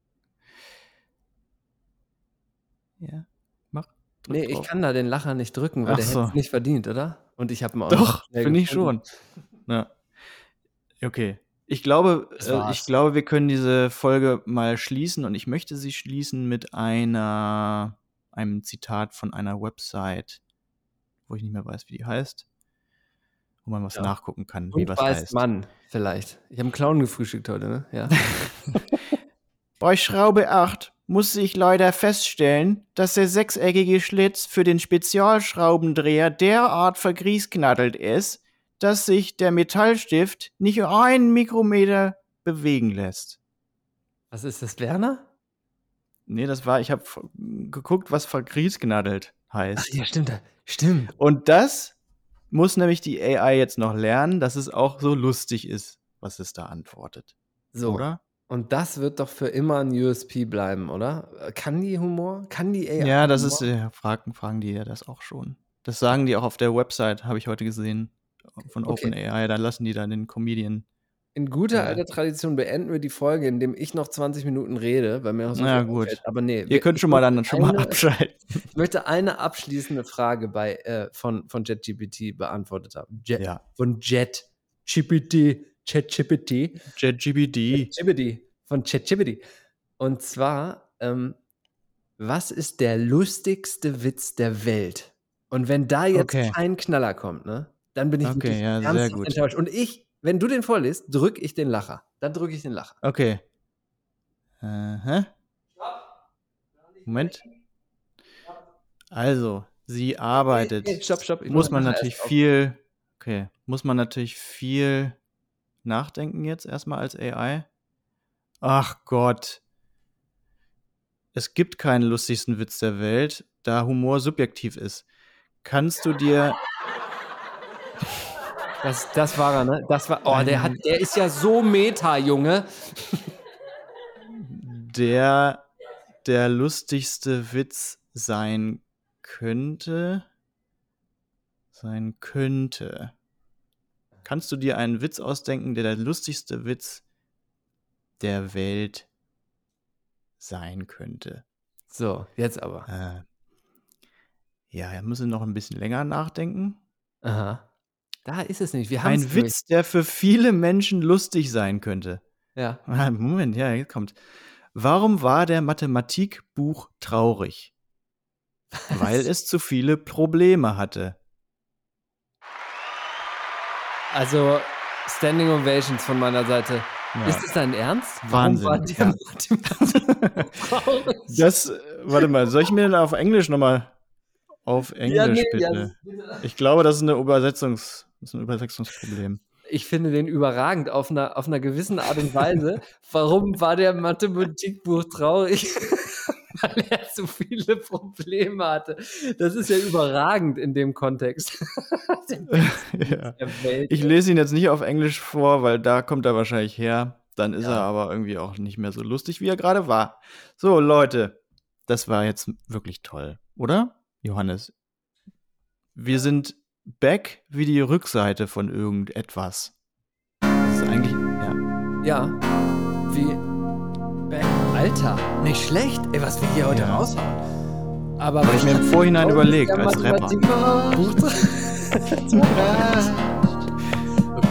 Ja. Mach. Drück
Nee, ich
drauf.
kann da den Lacher nicht drücken, weil
Ach
der
so.
hätte es nicht verdient, oder? Und ich habe ihn auch nicht
Doch,
schnell
finde ich
gefunden.
schon. Ja. Okay. Ich glaube,
Das
äh,
war's.
ich glaube, wir können diese Folge mal schließen und ich möchte sie schließen mit einer, einem Zitat von einer Website, wo ich nicht mehr weiß, wie die heißt, wo man was
Ja.
nachgucken kann, wie
Und
was
weiß
heißt.
Mann, vielleicht. Ich habe einen Clown gefrühstückt heute, ne? Ja.
Bei Schraube acht musste ich leider feststellen, dass der sechseckige Schlitz für den Spezialschraubendreher derart vergrießknattelt ist, dass sich der Metallstift nicht um einen Mikrometer bewegen lässt.
Was ist das, Werner?
Nee, das war, ich habe geguckt, was vergrießknattelt
Ach
heißt.
ja, stimmt. Stimmt.
Und das muss nämlich die A I jetzt noch lernen, dass es auch so lustig ist, was es da antwortet.
So.
Oder?
Und das wird doch für immer ein U S P bleiben, oder? Kann die Humor? Kann die A I
Ja, das
Humor?
ist, ja, fragen, fragen die ja das auch schon. Das sagen die auch auf der Website, habe ich heute gesehen, von
Okay.
OpenAI. Da lassen die dann den Comedian.
In guter
Ja.
alter Tradition beenden wir die Folge, indem ich noch zwanzig Minuten rede, weil mir auch so
Na
viel
gut.
einfällt. Aber nee.
Ihr
wir-
könnt
ich
schon mal
möchte
dann schon mal
eine-
abschalten.
Ich möchte eine abschließende Frage bei, äh, von, von JetGPT beantwortet haben. Jet,
Ja.
Von JetGPT. ChatGPT.
JetGPT.
ChatGPT. Von ChatGPT. Und zwar, ähm, was ist der lustigste Witz der Welt? Und wenn da jetzt
Okay.
kein Knaller kommt, ne, dann bin ich
Okay,
wirklich
ja, sehr
ernsthaft
gut.
enttäuscht. Und ich, wenn du den vorliest, drücke ich den Lacher. Dann drücke ich den Lacher.
Okay. Aha. Moment. Also, sie arbeitet.
Nee, nee, stopp, stopp. Ich
Muss
mach
man
nachher
natürlich
erst auf.
viel. Okay. Muss man natürlich viel nachdenken jetzt erstmal als A I. Ach Gott. Es gibt keinen lustigsten Witz der Welt, da Humor subjektiv ist. Kannst du dir.
Das, das war er, ne? Das war, oh, der, hat, der ist ja so Meta, Junge.
der der lustigste Witz sein könnte. Sein könnte. Kannst du dir einen Witz ausdenken, der der lustigste Witz der Welt sein könnte?
So, jetzt aber.
Äh, ja, er müsse noch ein bisschen länger nachdenken.
Aha. Da ist es nicht. Wir haben
Ein Witz, der für viele Menschen lustig sein könnte.
Ja.
Ah, Moment, ja, jetzt kommt. Warum war der Mathematikbuch traurig? Weil es zu viele Probleme hatte.
Also, Standing Ovations von meiner Seite.
Ja.
Ist das dein Ernst?
Wahnsinn,
Warum war der
ja.
Mathematik traurig?
Das, äh, warte mal, soll ich mir denn auf Englisch nochmal auf Englisch
ja,
bitte? Ich glaube, das ist eine Übersetzungs, das ist ein Übersetzungsproblem.
Ich finde den überragend auf einer, auf einer gewissen Art und Weise. Warum war der Mathematikbuch traurig? Weil er so viele Probleme hatte. Das ist ja überragend in dem Kontext.
ja.
Der Welt.
Ich lese ihn jetzt nicht auf Englisch vor, weil da kommt er wahrscheinlich her. Dann ist
Ja.
er aber irgendwie auch nicht mehr so lustig, wie er gerade war. So, Leute, das war jetzt wirklich toll, oder, Johannes? Wir sind back wie die Rückseite von irgendetwas. Das ist eigentlich, ja.
Ja, wie. Back. Alter, nicht schlecht. Ey, was wir hier heute
Ja.
raushauen. Aber
Habe ich mir im Vorhinein überlegt, als Rapper.
Mathematikbuch. Oh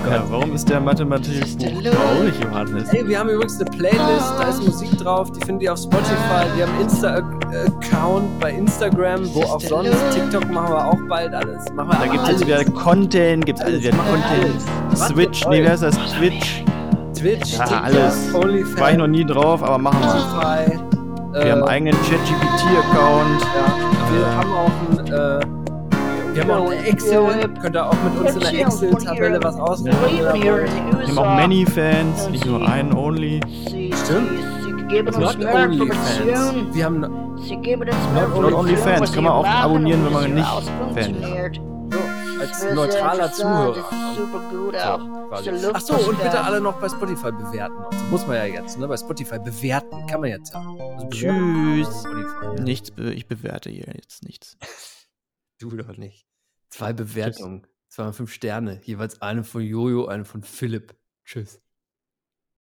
Ja, warum ist der Mathematikbuch traurig, Johannes?
Hey, wir haben übrigens eine Playlist, da ist Musik drauf, die findet ihr auf Spotify. Wir haben einen Insta-Account bei Instagram, wo auch sonst. TikTok machen wir auch bald alles. Machen wir
Da gibt es
alles.
jetzt wieder Content, gibt es alles wieder
Machen wir
Content.
alles.
Switch,
Was
nee,
mit
wer ist das? Twitch.
Twitch,
Ja,
TikTok,
alles.
OnlyFans,
War ich noch nie drauf, aber machen wir.
Spotify.
Wir
äh,
haben einen eigenen ChatGPT-Account.
Ja, wir haben auch ein, äh, wir haben auch eine Excel. Könnt ihr auch mit uns in der Excel-Tabelle was ausrechnen.
Wir haben auch many Fans, nicht nur einen Only.
Stimmt. Not only Fans. Wir haben
Not only Fans, kann man auch abonnieren, wenn man nicht Fan ist.
so, als neutraler Zuhörer. So, Ach so, und bitte alle noch bei Spotify bewerten. Also muss man ja jetzt, ne? Bei Spotify bewerten kann man jetzt ja. Also bewerten
Tschüss.
Spotify, ja.
Nichts, be- ich bewerte hier jetzt nichts.
Du doch nicht. Zwei Bewertungen. Zwei fünf Sterne. Jeweils eine von Jojo, eine von Philipp. Tschüss.